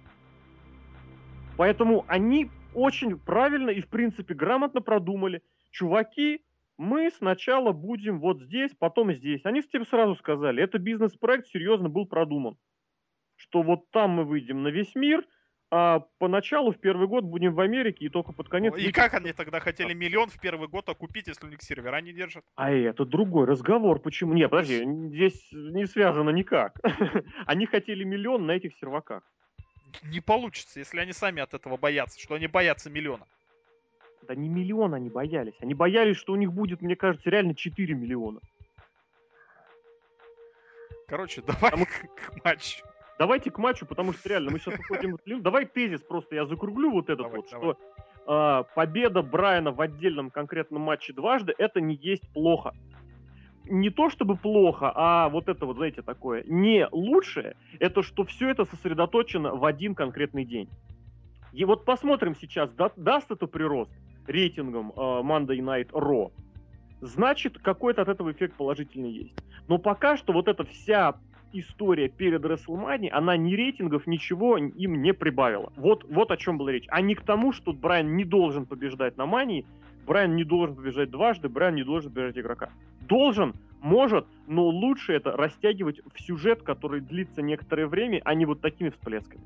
Поэтому они очень правильно и, в принципе, грамотно продумали. Чуваки, мы сначала будем вот здесь, потом здесь. Они тебе сразу сказали, это бизнес-проект серьезно был продуман. Что вот там мы выйдем на весь мир, а поначалу в первый год будем в Америке и только под конец... И как они тогда хотели миллион в первый год окупить, если у них сервера не держат? А это другой разговор. Почему? Нет, подожди, здесь не связано никак. Они хотели миллион на этих серваках. Не получится, если они сами от этого боятся, что они боятся миллиона. Да не миллион они боялись. Они боялись, что у них будет, мне кажется, реально 4 миллиона. Короче, давай к матчу. Давайте к матчу, потому что реально мы сейчас уходим... Давай тезис просто я закруглю вот этот Давай. что победа Брайана в отдельном конкретном матче дважды, это не есть плохо. Не то чтобы плохо, а вот это вот, знаете, такое не лучшее, это что все это сосредоточено в один конкретный день. И вот посмотрим сейчас, даст это прирост рейтингом Monday Night Raw, значит, какой-то от этого эффект положительный есть. Но пока что вот эта вся история перед WrestleMania, она ни рейтингов, ничего им не прибавила. Вот о чем была речь. А не к тому, что Брайан не должен побеждать на Мании, Брайан не должен побеждать дважды, Брайан не должен побеждать игрока. Должен, может, но лучше это растягивать в сюжет, который длится некоторое время, а не вот такими всплесками.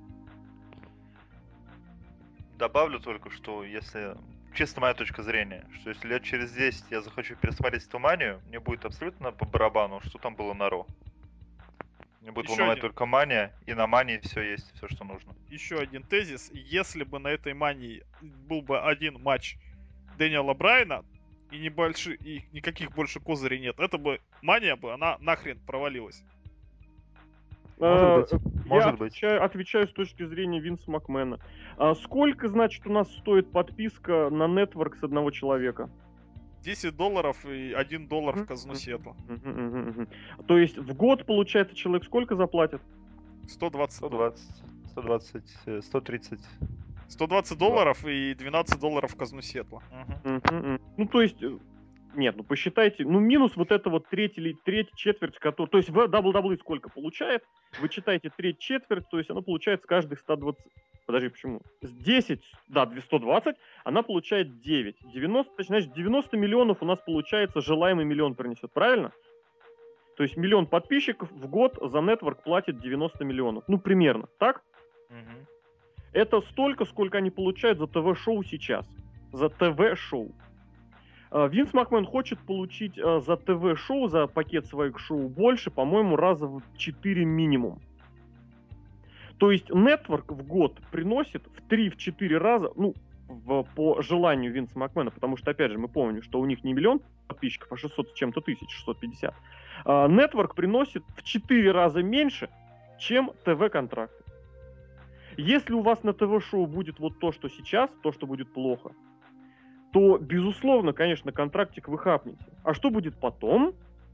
Добавлю только, что если... Чисто моя точка зрения, что если лет через 10 я захочу пересмотреть эту Манию, мне будет абсолютно по барабану, что там было на Ро. Мне будет волновать только Мания, и на Мании все есть, все, что нужно. Еще один тезис. Если бы на этой Мании был бы один матч Дэниела Брайана, и никаких больше козырей нет, это бы Мания бы, она нахрен провалилась. Может быть. Я отвечаю с точки зрения Винса Макмена. Сколько, значит, у нас стоит подписка на Network с одного человека? $10 и $1 в казну Сиэтла. То есть в год, получается, человек сколько заплатит? 120. 130. 120 долларов и 12 долларов в казну Сиэтла. Ну, то есть, нет, ну посчитайте, ну минус вот это вот треть четверть, который, то есть в WWE сколько получает, вы читаете треть четверть, то есть оно получается каждых 120, подожди, почему? С 10, да, 120, она получает 9, 90, значит 90 миллионов у нас получается желаемый миллион принесет, правильно? То есть миллион подписчиков в год за нетворк платит 90 миллионов, ну примерно, так? Это столько, сколько они получают за ТВ-шоу сейчас. За ТВ-шоу. Винс Макмен хочет получить за ТВ-шоу, за пакет своих шоу больше, по-моему, раза в 4 минимум. То есть нетворк в год приносит в 3-4 раза, ну, по желанию Винса Макмена, потому что, опять же, мы помним, что у них не миллион подписчиков, а 600 с чем-то тысяч, 650. Нетворк приносит в 4 раза меньше, чем ТВ-контракты. Если у вас на ТВ-шоу будет вот то, что сейчас, то, что будет плохо, то, безусловно, конечно, контрактик вы хапнете. А что будет потом?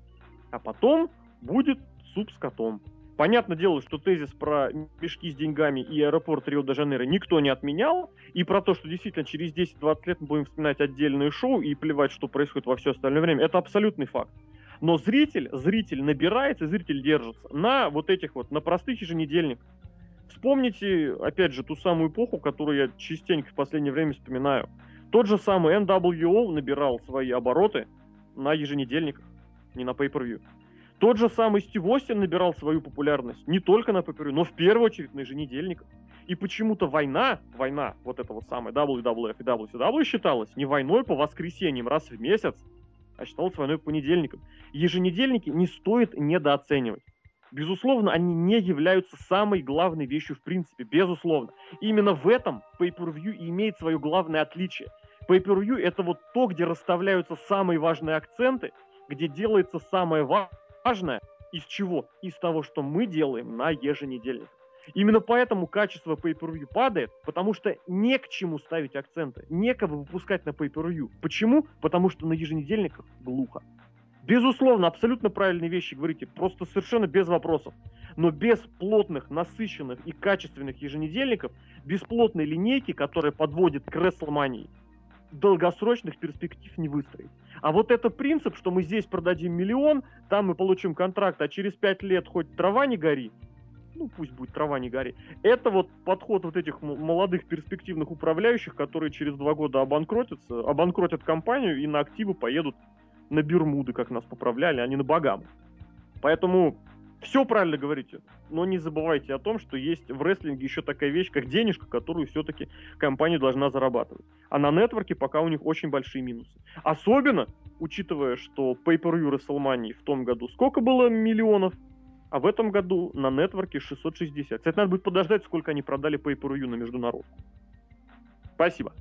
А потом будет суп с котом. Понятное дело, что тезис про мешки с деньгами и аэропорт Рио-де-Жанейро никто не отменял. И про то, что действительно через 10-20 лет мы будем вспоминать отдельные шоу и плевать, что происходит во все остальное время, это абсолютный факт. Но зритель набирается, зритель держится на вот этих вот, на простых еженедельниках. Вспомните, опять же, ту самую эпоху, которую я частенько в последнее время вспоминаю. Тот же самый NWO набирал свои обороты на еженедельниках, не на pay-per-view. Тот же самый Стив Остин набирал свою популярность не только на pay-per-view, но в первую очередь на еженедельниках. И почему-то война, вот эта вот самая WWF и WCW считалась не войной по воскресеньям раз в месяц, а считалась войной по понедельникам. Еженедельники не стоит недооценивать. Безусловно, они не являются самой главной вещью в принципе, безусловно. И именно в этом pay-per-view и имеет свое главное отличие. Pay-per-view — это вот то, где расставляются самые важные акценты, где делается самое важное. Из чего? Из того, что мы делаем на еженедельниках. Именно поэтому качество pay-per-view падает, потому что не к чему ставить акценты, некого выпускать на pay-per-view. Почему? Потому что на еженедельниках глухо. Безусловно, абсолютно правильные вещи говорите, просто совершенно без вопросов. Но без плотных, насыщенных и качественных еженедельников, без плотной линейки, которая подводит к WrestleMania, долгосрочных перспектив не выстроить. А вот это принцип, что мы здесь продадим миллион, там мы получим контракт, а через 5 лет хоть трава не гори, ну пусть будет трава не гори, это вот подход вот этих молодых перспективных управляющих, которые через 2 года обанкротят компанию и на активы поедут на Бермуды, как нас поправляли, а не на Багамы. Поэтому все правильно говорите, но не забывайте о том, что есть в рестлинге еще такая вещь, как денежка, которую все-таки компания должна зарабатывать. А на нетворке пока у них очень большие минусы. Особенно, учитывая, что pay-per-view WrestleMania в том году сколько было миллионов, а в этом году на нетворке 660. Кстати, надо будет подождать, сколько они продали pay-per-view на международку. Спасибо.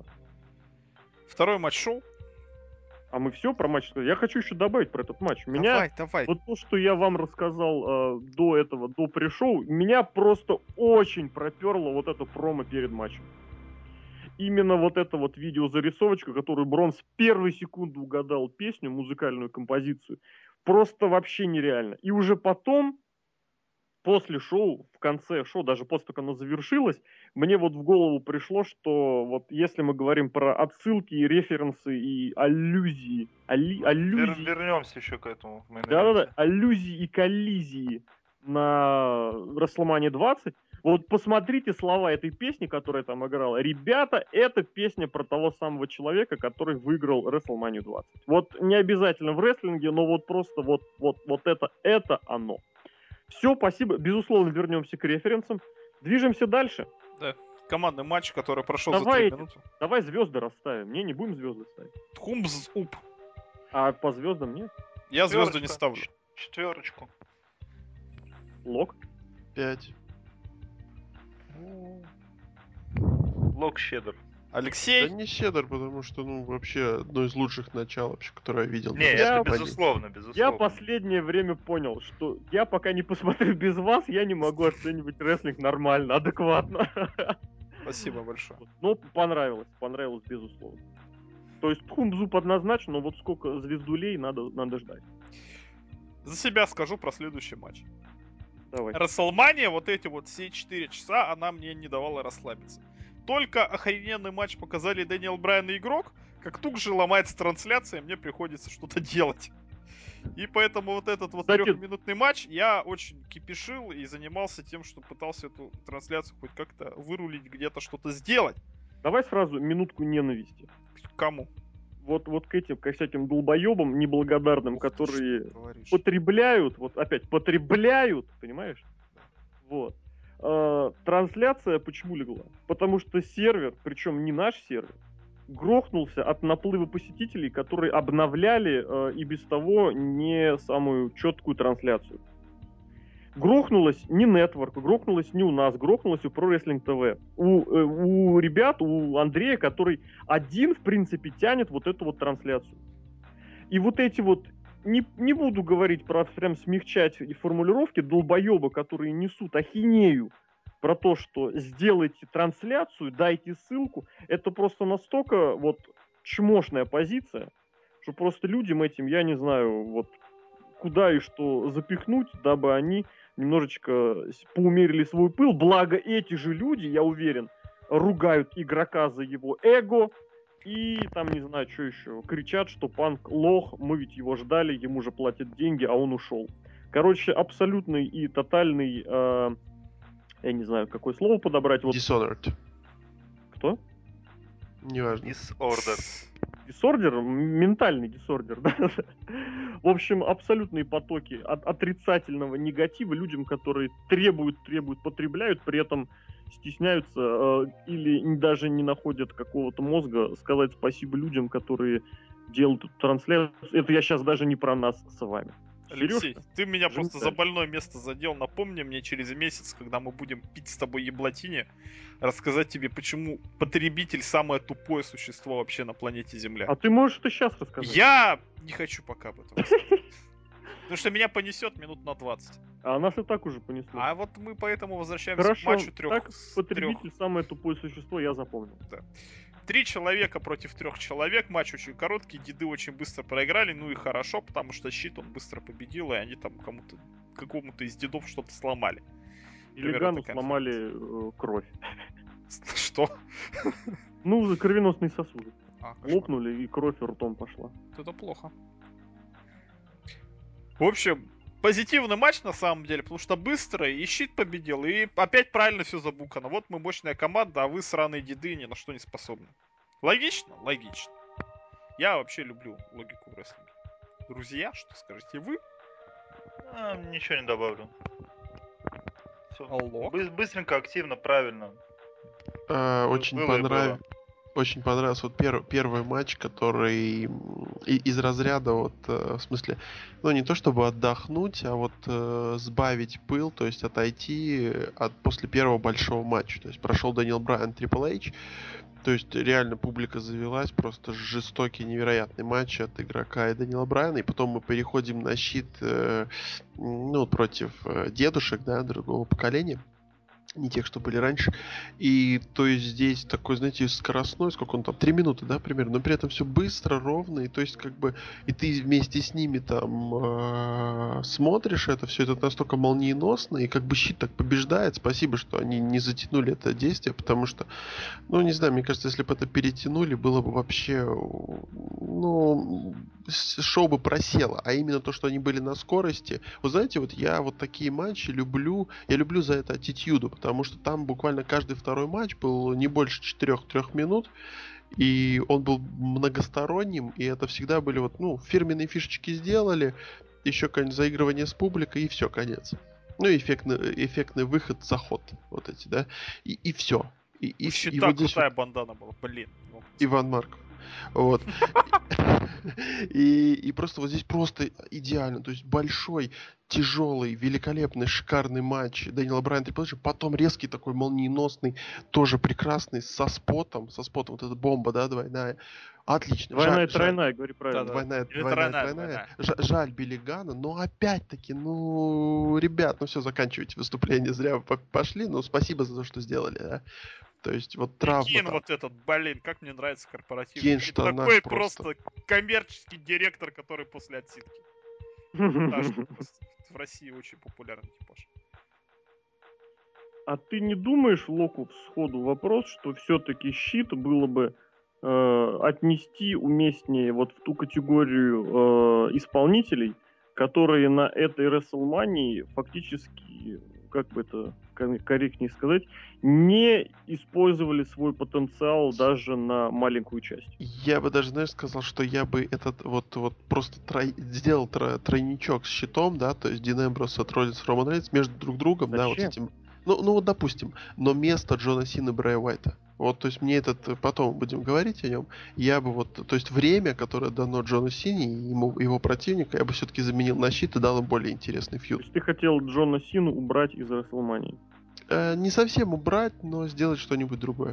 Второй матч шоу. А мы все про матч сказали. Я хочу еще добавить про этот матч. Меня Давай. вот то, что я вам рассказал до пришоу, меня просто очень проперло вот это промо перед матчем. Именно вот эта вот видеозарисовочка, которую Брон с первой секунды угадал песню, музыкальную композицию, просто вообще нереально. И уже потом, после шоу, в конце шоу, даже после того, как оно завершилось, мне вот в голову пришло, что вот если мы говорим про отсылки, референсы и аллюзии... аллюзии... Вернемся еще к этому. Да-да-да, аллюзии и коллизии на WrestleMania 20. Вот посмотрите слова этой песни, которая там играла. Ребята, это песня про того самого человека, который выиграл WrestleMania 20. Вот не обязательно в рестлинге, но вот просто вот это оно. Все, спасибо. Безусловно, вернемся к референсам. Движемся дальше. Да. Командный матч, который прошел за 3 минуты. Давай звезды расставим. Не будем звезды ставить. Тхумбз-уп. А по звездам нет? Я звезду не ставлю. 4. Лок? 5. Лок щедр. Алексей? Да не щедр, потому что, вообще, одно из лучших начал, вообще, которое я видел. Не, это безусловно. Я последнее время понял, что я пока не посмотрю без вас, я не могу оценивать рестлинг нормально, адекватно. Спасибо большое. Но понравилось, безусловно. То есть Тхумбзуп однозначно, но вот сколько звездулей надо ждать. За себя скажу про следующий матч. Давай. WrestleMania, вот эти вот все 4 часа, она мне не давала расслабиться. Только охрененный матч показали Дэниел Брайан и игрок, как тут же ломается трансляция, мне приходится что-то делать. И поэтому вот этот вот Кстати, 3-минутный матч я очень кипишил и занимался тем, что пытался эту трансляцию хоть как-то вырулить, где-то что-то сделать. давай сразу минутку ненависти. К кому? Вот к этим, к всяким долбоебам неблагодарным, Ух ты, которые что ты говоришь. потребляют, вот опять потребляют, понимаешь? Вот. Трансляция почему легла? Потому что сервер, причем не наш сервер, грохнулся от наплыва посетителей, которые обновляли и без того не самую четкую трансляцию. Грохнулось не Network, грохнулось не у нас, грохнулось у Pro Wrestling TV. У ребят, у Андрея, который один, в принципе, тянет вот эту вот трансляцию. И вот эти вот, не буду говорить про, прям смягчать формулировки, долбоебы, которые несут ахинею про то, что сделайте трансляцию, дайте ссылку, это просто настолько вот чмошная позиция, что просто людям этим, я не знаю, вот куда и что запихнуть, дабы они немножечко поумерили свой пыл. Благо эти же люди, я уверен, ругают игрока за его эго и там, не знаю, что еще, кричат, что Панк лох, мы ведь его ждали, ему же платят деньги, а он ушел. Короче, абсолютный и тотальный, я не знаю, какое слово подобрать. Вот... Dishonored. Кто? Неважно. Disorder. Дисордер, ментальный дисордер, да. В общем, абсолютные потоки отрицательного негатива людям, которые требуют, потребляют, при этом стесняются или даже не находят какого-то мозга сказать спасибо людям, которые делают эту трансляцию. Это я сейчас даже не про нас с вами. Алексей, Сережка? ты меня Жень, просто за больное место задел. Напомни мне через месяц, когда мы будем пить с тобой еблатине, рассказать тебе, почему потребитель самое тупое существо вообще на планете Земля. А ты можешь это сейчас рассказать? Я не хочу пока об этом рассказать. Потому что меня понесет минут на 20. А нас и так уже понесло. А вот мы поэтому возвращаемся Хорошо, к матчу трех. так потребитель самое тупое существо, я запомнил. 3 человека против 3 человек. Матч очень короткий, деды очень быстро проиграли. Ну и хорошо, потому что щит он быстро победил, и они там какому-то из дедов что-то сломали. Илигану сломали кровь. Что? Ну, кровеносные сосуды. Кошмар. Лопнули, и кровь ртом пошла. Это плохо. В общем, позитивный матч на самом деле, потому что быстро, и щит победил, и опять правильно все забукано. Вот мы мощная команда, а вы сраные деды ни на что не способны. Логично? Логично. Я вообще люблю логику в рестлинге. Друзья, что скажете вы? Ничего не добавлю. Всё. Алло? Быстренько, активно, правильно. Очень Было и понравилось. было. Очень понравился вот первый матч, который из разряда вот, в смысле, ну не то чтобы отдохнуть, а вот сбавить пыл, то есть отойти после первого большого матча. То есть прошел Дэниел Брайан, Triple H, то есть реально публика завелась, просто жестокий, невероятный матч от игрока и Дэниела Брайана, и потом мы переходим на щит ну, против дедушек, да, другого поколения. Не тех, что были раньше. И то есть здесь такой, знаете, скоростной, сколько он там, 3 минуты, да, примерно, но при этом все быстро, ровно, и то есть как бы, и ты вместе с ними там смотришь это все, это настолько молниеносно, и как бы щит так побеждает. Спасибо, что они не затянули это действие, потому что, ну, не знаю, мне кажется, если бы это перетянули, было бы вообще, ну, шоу бы просело, а именно то, что они были на скорости. Вы знаете, вот я вот такие матчи люблю, я люблю за это аттитюду, потому что там буквально каждый второй матч был не больше 4-3 минут, и он был многосторонним, и это всегда были вот, ну, фирменные фишечки сделали, еще какое-нибудь заигрывание с публикой, и все, конец. Ну, и эффектный выход, заход, вот эти, да, и все. И Щита вот здесь крутая вот бандана была, блин. Иван Марков. Вот. И просто вот здесь просто идеально. То есть большой, тяжелый, великолепный, шикарный матч Дэниела Брайана Triple H, потом резкий такой молниеносный, тоже прекрасный, со спотом, вот эта бомба, да, двойная. Отлично. Двойная, тройная, говори правильно. Да-да. Двойная, Или тройная. двойная. Жаль Билли Ганна, но опять-таки, ну, ребят, ну все, заканчивайте выступление, зря вы пошли, но спасибо за то, что сделали, да. То есть вот травма. Кейн там. вот этот, блин, как мне нравится корпоративный. Кейн в И штанах такой просто. просто коммерческий директор, который после отсидки. Да, что просто в России очень популярный типаж. А ты не думаешь, Локов, сходу вопрос, что все-таки щит было бы отнести уместнее вот в ту категорию исполнителей, которые на этой WrestleMania фактически, как бы это корректнее сказать, не использовали свой потенциал даже на маленькую часть? Я бы даже, знаешь, сказал, что я бы этот вот просто сделал тройничок с щитом, да, то есть Дин Эмброс от Роллинс, Роман Рейнс между друг другом, да, вот Зачем? этим. Ну вот допустим, но место Джона Сины, Брэя Уайта. Вот, то есть мне потом будем говорить о нем. Я бы вот, то есть время, которое дано Джону Сине и его противника, я бы все-таки заменил на щит и дал им более интересный То фьюд. есть ты хотел Джона Сину убрать из WrestleMania? Не совсем убрать, но сделать что-нибудь другое.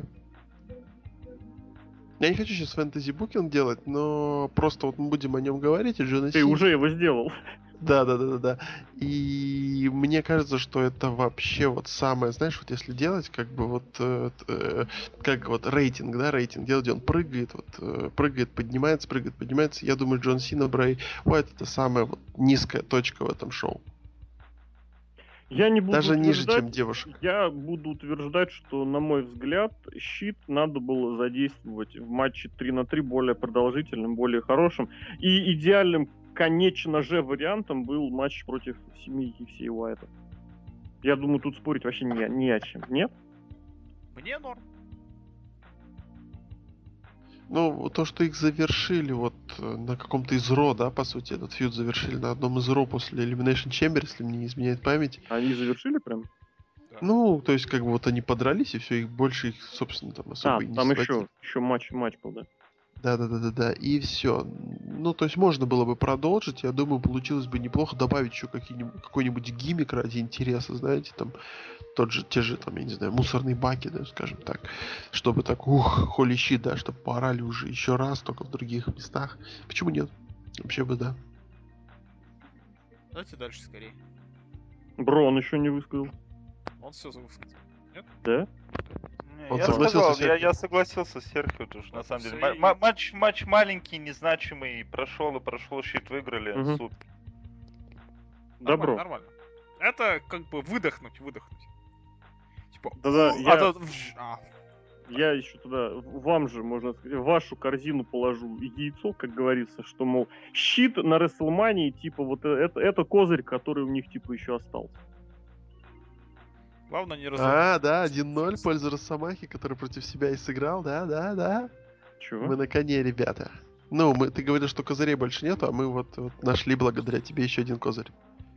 Я не хочу сейчас фэнтези-букинг делать, но просто вот мы будем о нем говорить, и Джона Ты Сине. уже его сделал. Да. И мне кажется, что это вообще вот самое, знаешь, вот если делать, как бы вот, как вот рейтинг, да, рейтинг делать, где он прыгает, прыгает, поднимается. Я думаю, Джон Сина, Брэй Уайт это самая вот низкая точка в этом шоу. Я не буду Даже ниже, утверждать, чем девушек. Я буду утверждать, что, на мой взгляд, щит надо было задействовать в матче 3-3 более продолжительным, более хорошим. И идеальным, конечно же, вариантом был матч против семьи Хикси и Уайта. Я думаю, тут спорить вообще не о чем. Нет? Мне норм. Ну, то, что их завершили вот на каком-то из Ро, да, по сути, этот фьюд завершили на одном из Ро после Elimination Chamber, если мне не изменяет память. Они завершили прям? Да. Ну, то есть, как бы вот они подрались, и все, их больше их, собственно, там особо и не там схватили. еще матч был, да? Да, и все. Ну, то есть можно было бы продолжить, я думаю, получилось бы неплохо добавить еще какой-нибудь гиммик ради интереса, знаете, там, те же, там, я не знаю, мусорные баки, да, скажем так, чтобы так, holy shit, да, чтобы поорали уже еще раз, только в других местах. Почему нет? Вообще бы да. Давайте дальше скорее. Бро, он еще не высказал. Он все высказал. Нет? Да? Не, Он я согласился сказал, с Серхио. я согласился с Серхио, потому что на Вот самом всё, деле и- матч маленький, незначимый, прошел, щит выиграли, Мгм. супер. Добро. Нормально. Это как бы выдохнуть. Типа, Да-да, я... Я еще туда, вам же, можно сказать, в вашу корзину положу яйцо, как говорится, что, мол, щит на WrestleMania, типа, вот это козырь, который у них, типа, еще остался. Главное не разобраться. Да, 1-0 в пользу Росомахи, который против себя и сыграл, да. Чего? Мы на коне, ребята. Ну, ты говорил, что козырей больше нету, а мы вот нашли благодаря тебе еще один козырь.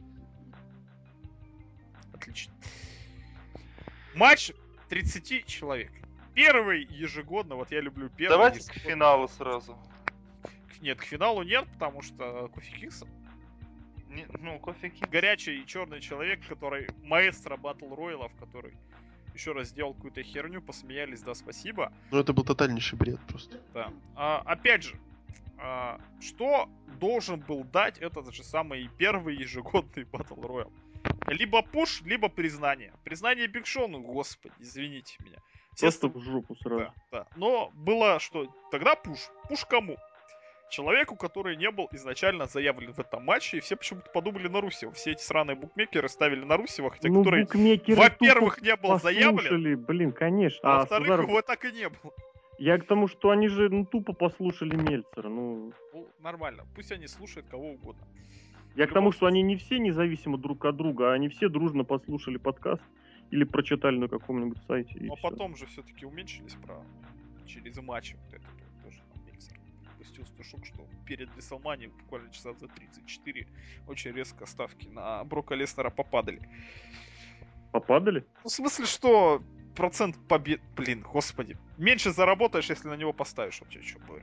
Отлично. Матч 30 человек. Первый ежегодно, вот я люблю первый. Давайте к ежегодно. финалу сразу. Нет, к финалу нет, потому что Кофи Кингс Кофе Кинг. горячий черный человек, который маэстро батл роялов, который еще раз сделал какую-то херню, посмеялись, да, спасибо. Ну, это был тотальнейший бред просто. Да. Опять же, что должен был дать этот же самый первый ежегодный батл роял? Либо пуш, либо признание. Признание Биг Шоу, ну, господи, извините меня. Просто в жопу сразу. Да. Но было что? Тогда пуш. Пуш кому? Человеку, который не был изначально заявлен в этом матче, и все почему-то подумали на Русева. Все эти сраные букмекеры ставили на Русева, хотя который, букмекеры во-первых, тупо не был заявлен, послушали, блин, конечно. а во-вторых, Сазаров- его так и не было. Я к тому, что они же тупо послушали Мельцера. Ну, нормально. Пусть они слушают кого угодно. Я к тому, любом что они не все независимы друг от друга, а они все дружно послушали подкаст или прочитали на каком-нибудь сайте. И Но всё. потом же все-таки уменьшились через матч. Вот это тоже там Мельцер пустил стушок, что перед WrestleMania буквально часа за 34 очень резко ставки на Брока Леснера попадали. Попадали? Ну, в смысле, что процент побед... Блин, господи. Меньше заработаешь, если на него поставишь. Вообще, что говорю.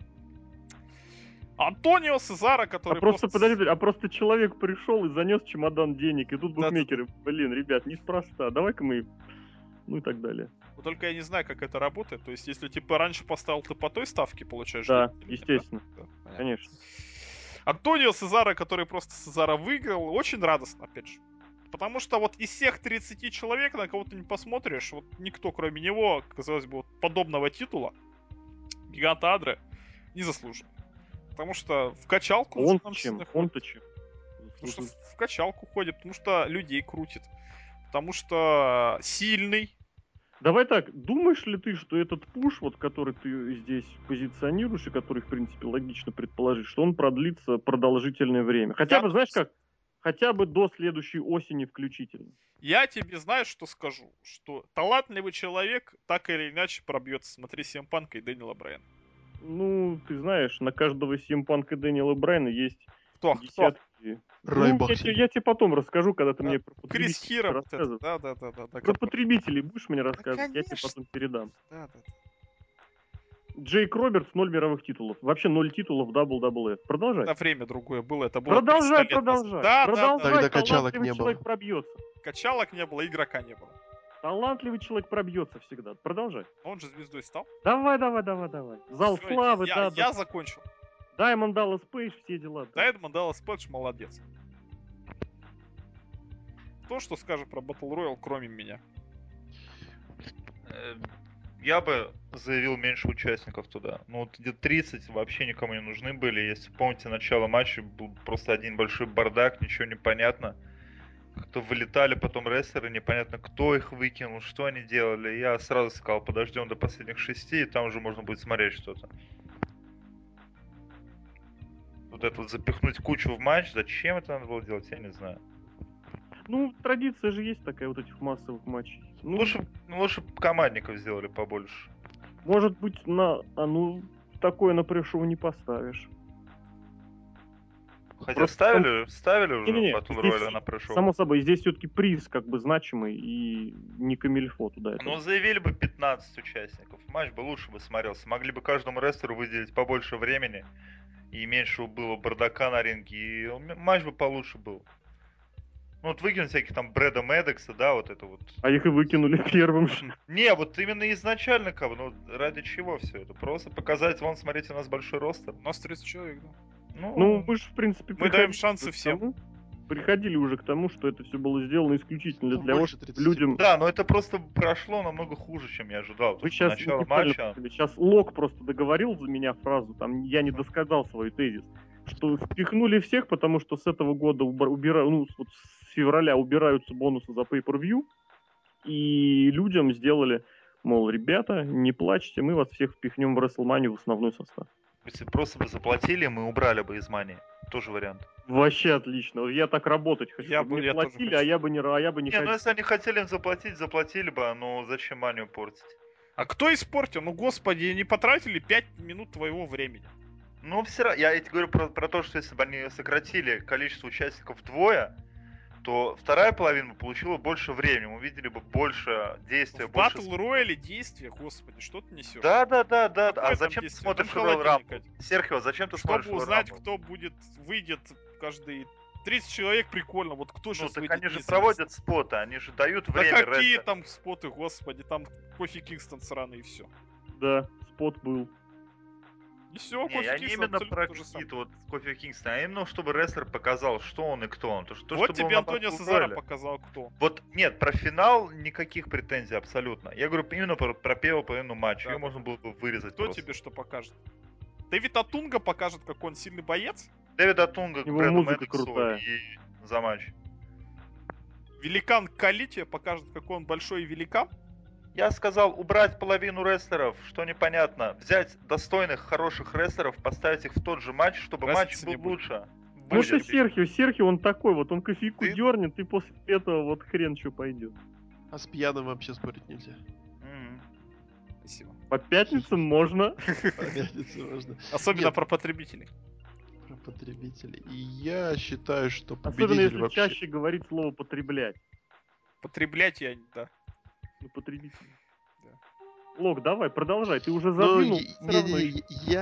Антонио Сезаро, который Просто человек пришел и занес чемодан денег, и тут Да, букмекеры, блин, ребят, неспроста, давай-ка мы... Ну и так далее. Вот только я не знаю, как это работает. То есть, если типа раньше поставил, ты по той ставке получаешь Да, деньги или нет? естественно, Да, понятно. конечно. Антонио Сезаро, который просто Сезаро выиграл, очень радостно, опять же. Потому что вот из всех 30 человек, на кого ты не посмотришь, вот никто, кроме него, казалось бы, вот подобного титула, гиганта Адре, не заслужен. Потому что в качалку... Он-то там чем? сильно ходит. Он-то чем? Потому что в качалку ходит, потому что людей крутит. потому что сильный. Давай так, думаешь ли ты, что этот пуш, вот который ты здесь позиционируешь, и который, в принципе, логично предположить, что он продлится продолжительное время? Хотя бы, знаешь как, хотя бы до следующей осени включительно. Я тебе знаешь, что скажу? Что талантливый человек так или иначе пробьется. Смотри, CM Punk и Дэниела Брайана. Ну, ты знаешь, на каждого CM Punk и Дэниела Брайана есть Кто? десятки. Рай Ну, Баксель. я тебе потом расскажу, когда ты Да. мне про Крис потребителей Хиро. Вот это. рассказываешь. Да. Про потребителей будешь мне рассказывать, я тебе конечно. потом передам. Да. Джейк Робертс 0 мировых титулов. Вообще 0 титулов в WWF. Продолжай. Да, время другое было. Это было 300 Продолжай, лет назад. продолжай. Да. Продолжай, Тогда качалок талантливый не было. человек пробьется. Качалок не было, игрока не было. Талантливый человек пробьется всегда. Продолжай. Он же звездой стал. Давай. Зал Всё, славы, я закончил. Даймонд Даллас Пейдж, все дела. Да. Дайдмон Даллас Пэдж молодец. То, что скажет про Battle Royale, кроме меня. Я бы заявил меньше участников туда. Ну вот где 30 вообще никому не нужны были. Если помните, начало матча был просто один большой бардак, ничего не понятно. Как-то вылетали потом рестлеры, непонятно кто их выкинул, что они делали. Я сразу сказал, подождем до последних 6, и там уже можно будет смотреть что-то. Вот это вот запихнуть кучу в матч, зачем это надо было делать, я не знаю. Ну, традиция же есть такая вот этих массовых матчей. Ну, Лучше б командников сделали побольше. может быть, такое на пресс-шоу не поставишь. Хотя Просто ставили уже Не-не-не, Battle здесь, Royale на пресс-шоу. само собой, здесь все-таки приз как бы значимый и не камильфо туда. Это. Ну, заявили бы 15 участников. Матч бы лучше бы смотрелся. Могли бы каждому рестлеру выделить побольше времени. И меньше было бардака на ринге. И матч бы получше был. Ну, вот выкинуть всяких там Брэда Мэддокса, да, вот это вот. А их и выкинули первым же. Не, вот именно изначально, как бы, ну, ради чего все это? Просто показать, вон, смотрите, у нас большой ростер. У нас 30 человек, да. Ну, мы же, в принципе, Мы даем приходили шансы к всем. тому- Приходили уже к тому, что это все было сделано исключительно Ну, для того, больше чтобы 30 людям... было. Да, но это просто прошло намного хуже, чем я ожидал. Вы Потому что сейчас начало неправильно матча... поняли. Сейчас Лок просто договорил за меня фразу, там я не досказал свой тезис, что впихнули всех, потому что с этого года вот с февраля убираются бонусы за Pay-Per-View, и людям сделали, мол, ребята, не плачьте, мы вас всех впихнем в WrestleMania в основной состав. Если просто бы заплатили, мы убрали бы из мани. Тоже вариант. Вообще отлично. Я так работать хочу. Я Чтобы бы- мне я тоже платили, хочу. а я бы не Не, ну ходил. если они хотели им заплатить, заплатили бы, но зачем манию портить? А кто испортил? Ну, господи, не потратили 5 минут твоего времени. Ну, все равно, я тебе говорю про то, что если бы они сократили количество участников вдвое, то вторая половина получила больше времени, мы увидели бы больше действия, В больше... Battle Royale действия, господи, что ты несешь? Да. Какое А там зачем ты действие? смотришь Там Royal холодильник Rumble? один. Серхио, зачем ты смотришь Чтобы Royal узнать, Rumble? кто выйдет каждый... 30 человек, прикольно, вот кто Ну, сейчас так выйдет? они же неизвестно. проводят споты, они же дают Да время какие рестлерам. там споты, господи, там Кофи Кингстон сраный и все. Да, спот был. И все, Не, Кофи я не Кингстон именно абсолютно про то же самое. какие-то вот Кофи Кингстона, а именно чтобы рестлер показал, что он и кто он. То, что Вот было тебе на Антонио Battle Сезаро Royale. показал, кто. Вот нет, про финал никаких претензий абсолютно. Я говорю именно про первую половину матча. Да, Ее да. можно было бы вырезать Кто просто. тебе что покажет? Дэвид Атунга покажет, какой он сильный боец. Дэвид Атунга к Его Брэду музыка Мэддоксу крутая. и за матч. Великан Кали тебе покажет, какой он большой великан. Я сказал убрать половину рестлеров, что непонятно. Взять достойных, хороших рестлеров, поставить их в тот же матч, чтобы матч Разницы был не будет. лучше. Ну это Будет. Серхио, он такой вот, он кофейку Ты- дернет, и после этого вот хрен что пойдет. А с пьяным вообще спорить нельзя. Мгм. Спасибо. По пятницам можно. По пятнице можно. Особенно Нет. про потребителей. Про потребителей. И я считаю, что Особенно победитель если вообще... чаще говорить слово потреблять. Потреблять я, да. Ну, потребитель. Да. Лок, давай, продолжай, ты уже Ну, задвинул. всё равно не-не-не,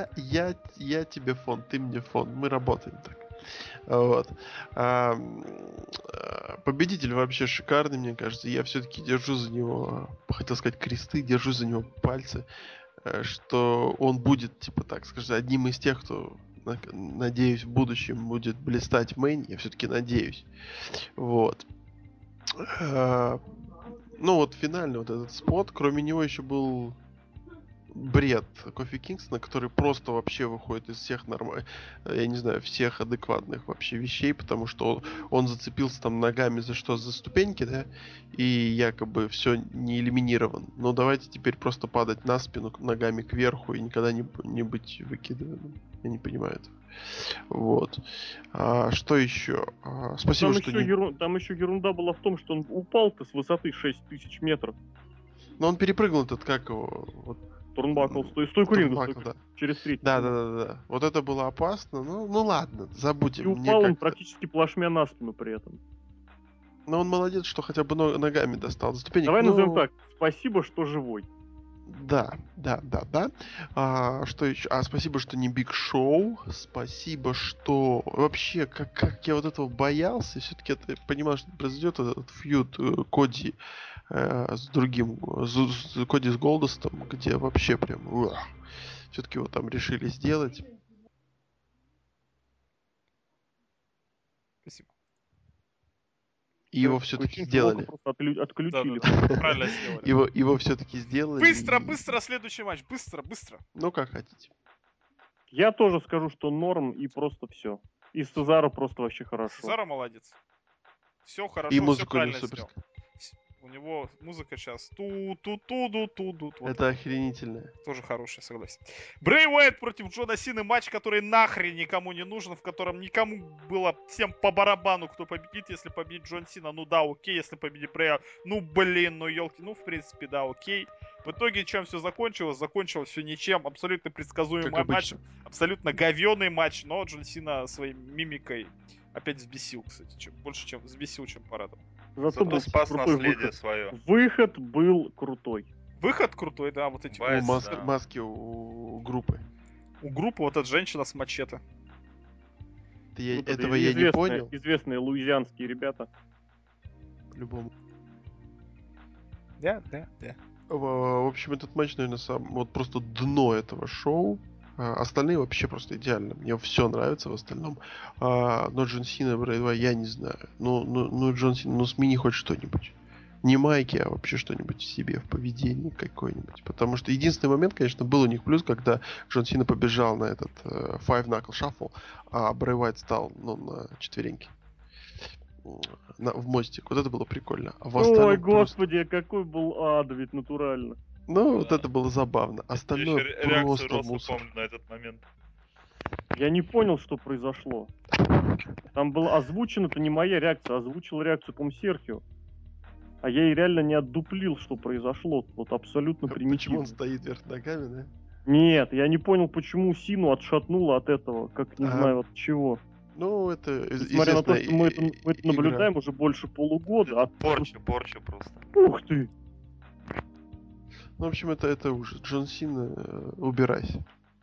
я тебе фон, ты мне фон. Мы работаем так. Вот. Победитель вообще шикарный, мне кажется. Я все-таки держу за него, хотел сказать, кресты, держу за него пальцы, что он будет, типа так скажем, одним из тех, кто, надеюсь, в будущем будет блистать в Мэйне. Я все-таки надеюсь. Вот. Ну вот финальный вот этот спот, кроме него еще был бред Кофи Кингстона, который просто вообще выходит из всех я не знаю, всех адекватных вообще вещей, потому что он зацепился там ногами за что? За ступеньки, да? И якобы все не элиминирован. Но давайте теперь просто падать на спину ногами кверху и никогда не быть выкидываемым. Я не понимаю этого. Вот. Что еще? Спасибо, Там что еще, не... там еще ерунда была в том, что он упал-то с высоты 6000 метров. Но он перепрыгнул этот, как его... Вот, Турнбакл, стойку ринга, Турнбакл, да. через третий. Да. Вот это было опасно. Ну ладно, забудем. И упал он практически плашмя на спину при этом. Но он молодец, что хотя бы ногами достал до ступенек. Давай назовем так. Спасибо, что живой. Да. Что еще? Спасибо, что не Биг Шоу. Спасибо, что... Вообще, как я вот этого боялся. Все-таки это понимал, что произойдет этот фьюд Коди с другим... Коди с Голдостом, где вообще прям... Все-таки его там решили сделать. Спасибо. И его все-таки сделали. Просто отключили. Да, правильно сделали. Его все-таки сделали. Быстро следующий матч. Быстро. Ну, как хотите. Я тоже скажу, что норм и просто все. И Сезаро просто вообще хорошо. Сезаро молодец. Все хорошо, И все музыку правильно суперская. сделал. У него музыка сейчас ту-ту-ту-ду-ту-ду. Это охренительно. Тоже хорошая, согласен. Брэй Уайт против Джона Сины. Матч, который нахрен никому не нужен, в котором никому было всем по барабану, кто победит. Если победит Джон Сина, ну да, окей. Если победит Брэя, ну блин, ну елки. Ну, в принципе, да, окей. В итоге, чем все закончилось? Закончилось все ничем. Абсолютно предсказуемый матч. Абсолютно говёный матч. Но Джон Сина своей мимикой опять взбесил, кстати. Больше, чем взбесил, чем порадовал. Зато был спас крутой наследие выход. свое. Выход был крутой. Выход крутой, да, вот эти Вайс, да. Маски у группы. у группы вот эта женщина с мачете. Этого я не понял. Известные луизианские ребята. По-любому. Да. В общем, этот матч, наверное, вот просто дно этого шоу. Остальные вообще просто идеально. Мне все нравится в остальном. Но Джон Сина, Брэй, я не знаю. Ну, Джон Сина, смени хоть что-нибудь. Не майки, а вообще что-нибудь в себе, в поведении какой-нибудь. Потому что единственный момент, конечно, был у них плюс, когда Джон Сина побежал на этот Five Knuckle Shuffle, а Брэй Уайт стал, на четвереньки. В мостик. Вот это было прикольно. Ой, господи, какой был ад, ведь натурально. Вот это было забавно. Остальное просто мусор. На этот момент. Я не понял, что произошло. Там была озвучена-то не моя реакция, озвучил реакцию, по-моему, Серхио. А я и реально не отдуплил, что произошло. Вот абсолютно примитивно. Почему он стоит вверх ногами, да? Нет, я не понял, почему Сину отшатнуло от этого, как не знаю от чего. Ну, это несмотря на то, что мы это наблюдаем уже больше полугода. Порча просто. Ух ты! Ну, в общем, это ужас. Джон Сина, убирайся.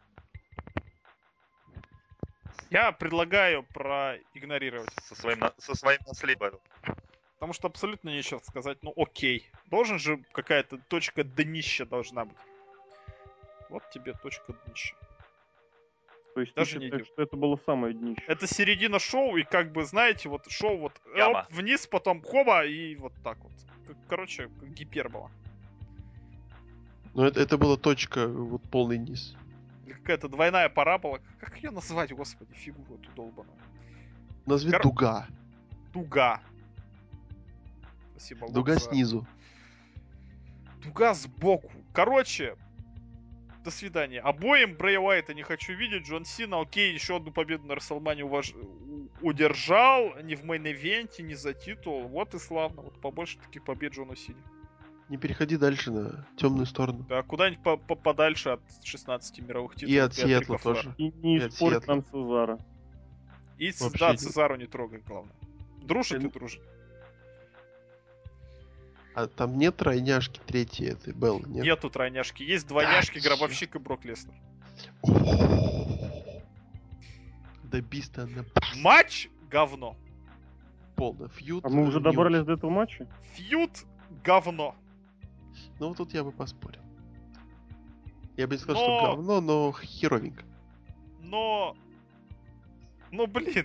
Я предлагаю проигнорировать. Со своим наследием. Потому что абсолютно нечего сказать. Ну окей. Должен же какая-то точка днища должна быть. Вот тебе точка днища. То есть даже ты не считаешь, идет. что это было самое днище? Это середина шоу, и как бы, знаете, вот шоу вот Яма. вниз, потом хоба, и вот так вот. Короче, как гипербола. Ну, это была точка, вот полный низ. Или какая-то двойная парабола. Как ее назвать, господи, фигуру эту долбаную? Назови дуга. Дуга. Спасибо, Дуга Лукса. снизу. Дуга сбоку. Короче, до свидания. Обоим Брэй Уайта не хочу видеть. Джон Сина, окей, еще одну победу на Расселмане удержал. Не в мейн-ивенте, не за титул. Вот и славно. Вот побольше таких побед Джону Сине. Не переходи дальше на темную сторону. Да, куда-нибудь подальше от 16 мировых титулов. И от Сиэтла тоже. И не испорть нам Сезара. И Вообще Цезару не трогай, главное. Дружит и дружит. А там нет тройняшки третьей этой Беллы, нет? Нету тройняшки. Есть двойняшки, Гробовщик и Брок Леснер. Добись-то она Матч говно. полная. Фьюд. А мы уже добрались до этого матча? Фьюд говно. Ну, вот тут я бы поспорил. Я бы не сказал, что говно, но херовенько. Но, блин.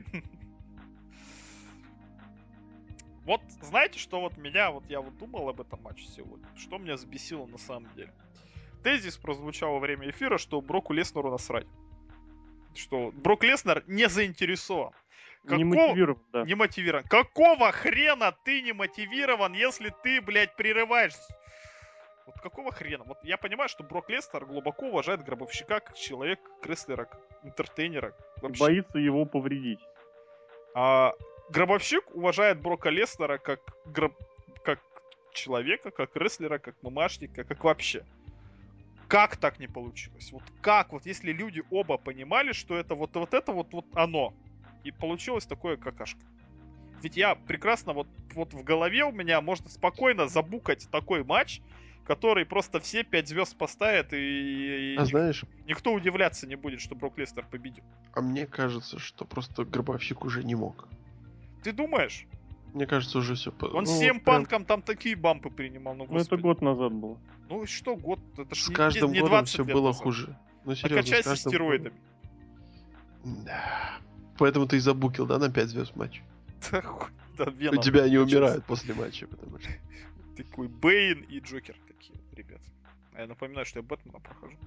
Вот, знаете, что вот меня, вот я вот думал об этом матче сегодня, что меня взбесило на самом деле. тезис прозвучал во время эфира, что Броку Леснеру насрать. Что Брок Леснер не заинтересован. Не мотивирован, да. Не мотивирован. Какого хрена ты не мотивирован, если ты, блядь, прерываешь? Вот какого хрена? Вот я понимаю, что Брок Леснер глубоко уважает Гробовщика как человека, как рестлера, как интертейнера. Вообще. Боится его повредить. А Гробовщик уважает Брока Леснера как человека, как рестлера, как мамашника, как вообще. Как так не получилось? Вот как? Вот если люди оба понимали, что это вот это вот оно. И получилось такое какашка. Ведь я прекрасно вот в голове у меня можно спокойно забукать такой матч, который просто все 5 звезд поставят, и знаешь, никто удивляться не будет, что Брок Леснер победил. а мне кажется, что просто Гробовщик уже не мог. Ты думаешь? Мне кажется, уже все... Он с CM Панком там такие бампы принимал, ну Ну, это господи. год назад было. Ну и что год? Это ж С не каждым не годом 20 все лет было назад. хуже. Ну, серьезно, Накачайся стероидами. Да. Поэтому ты и забукил, да, на 5 звезд матч? Да, У Веном тебя они накачался. умирают после матча, потому что... Такой Бэйн и Джокер такие, ребят. А я напоминаю, что я Бэтмена прохожу.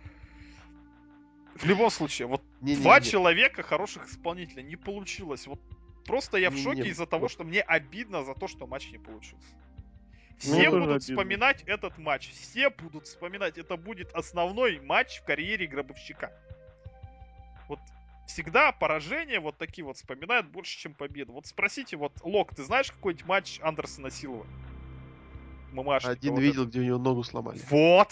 В любом случае, вот два человека хороших исполнителя не получилось. Вот просто я в шоке из-за того, что мне обидно за то, что матч не получился. Все будут вспоминать этот матч. Все будут вспоминать. Это будет основной матч в карьере Гробовщика. Вот всегда поражения вот такие вот вспоминают больше, чем победу. Вот спросите, вот, Лок, ты знаешь какой-нибудь матч Андерсона Силова? Один вот видел, где у него ногу сломали. Вот.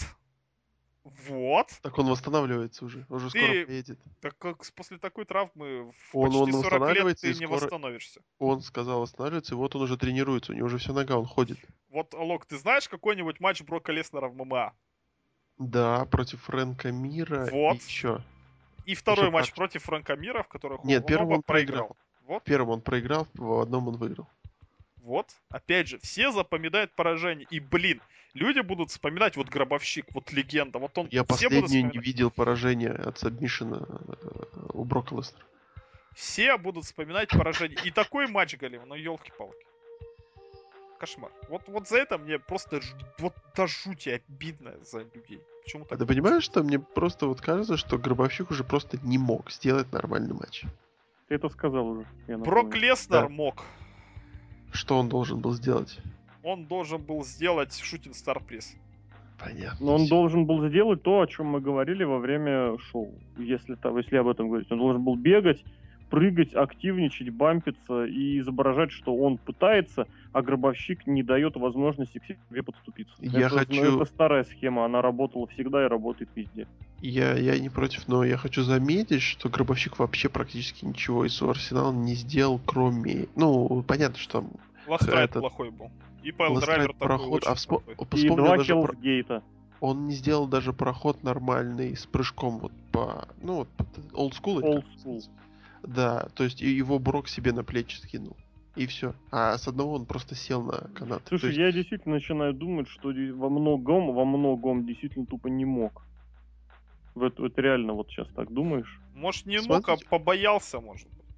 Так он восстанавливается уже скоро поедет. Так как после такой травмы в он почти 40 лет восстанавливается ты и не скоро... восстановишься. Он сказал восстанавливается, и вот он уже тренируется, у него уже вся нога, он ходит. Вот, Лок, ты знаешь какой-нибудь матч Брока Леснера в ММА? Да, против Фрэнка Мира и еще. И второй матч против Фрэнка Мира, в котором первым он проиграл. Вот. Первым он проиграл, в одном он выиграл. Вот. Опять же, все запоминают поражение. И, блин, люди будут вспоминать вот Гробовщик, вот легенда. Вот он. Я последнюю не видел поражения от сабмишена у Брока Леснера. Все будут вспоминать поражение. И такой матч, Галим, ну елки-палки. Кошмар. Вот за это мне просто вот до жути обидно за людей. Почему так? А ты понимаешь, что мне просто вот кажется, что Гробовщик уже просто не мог сделать нормальный матч. Ты это сказал уже. Брок Леснер мог. Что он должен был сделать? Он должен был сделать шутинг стар пресс. Понятно. Но он должен был сделать то, о чем мы говорили во время шоу. Если об этом говорить. Он должен был бегать, прыгать, активничать, бампиться и изображать, что он пытается, а Гробовщик не дает возможности к себе подступиться. Это старая схема, она работала всегда и работает везде. Я не против, но я хочу заметить, что Гробовщик вообще практически ничего из Арсенала не сделал, кроме... Ну, понятно, что там... Ластрайд плохой был. И Пайл-драйвер такой и 2 Хеллсгейта. Он не сделал даже проход нормальный с прыжком вот по... Ну, вот old school. Да, то есть его Брок себе на плечи скинул. И все. А с одного он просто сел на канат. Слушай, я действительно начинаю думать, что во многом действительно тупо не мог. Вот реально вот сейчас так думаешь? Может не мог, а побоялся, может быть.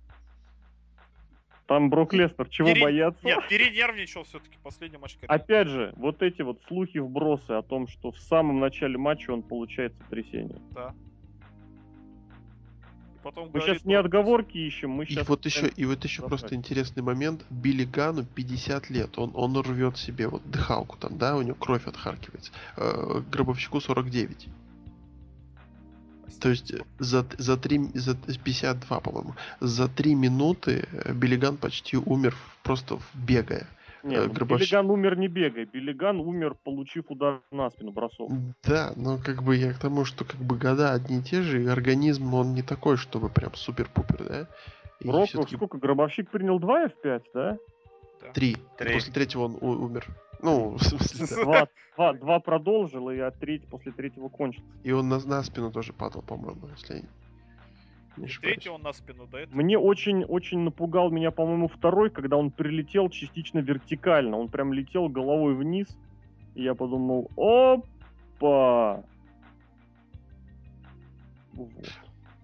Там Брок Леснер, чего бояться? Нет, перенервничал все-таки последний матч карьеры. Опять же, вот эти вот слухи, вбросы о том, что в самом начале матча он получает сотрясение. Да. Потом мы сейчас не отговорки ищем, мы сейчас... И вот еще просто интересный момент. Билли Ганну 50 лет. Он рвет себе вот дыхалку там, да, у него кровь отхаркивается. Гробовщику 49. То есть за 52, по-моему. За 3 минуты Билли Ганн почти умер просто бегая. Нет, Билли Ганн умер не бегая. Билли Ганн умер, получив удар на спину, бросок. Да, но как бы я к тому, что как бы года одни и те же, и организм, он не такой, чтобы прям супер-пупер, да? Брок, сколько? Гробовщик принял 2 F5, да? 3. После третьего он умер. Ну, в смысле, да. 2 продолжил, и после третьего кончился. И он на спину тоже падал, по-моему, если я не ошибаюсь. Третий он на спину до этого. Мне очень напугал меня, по-моему, второй, когда он прилетел частично вертикально. Он прям летел головой вниз. И я подумал, опа! Вот.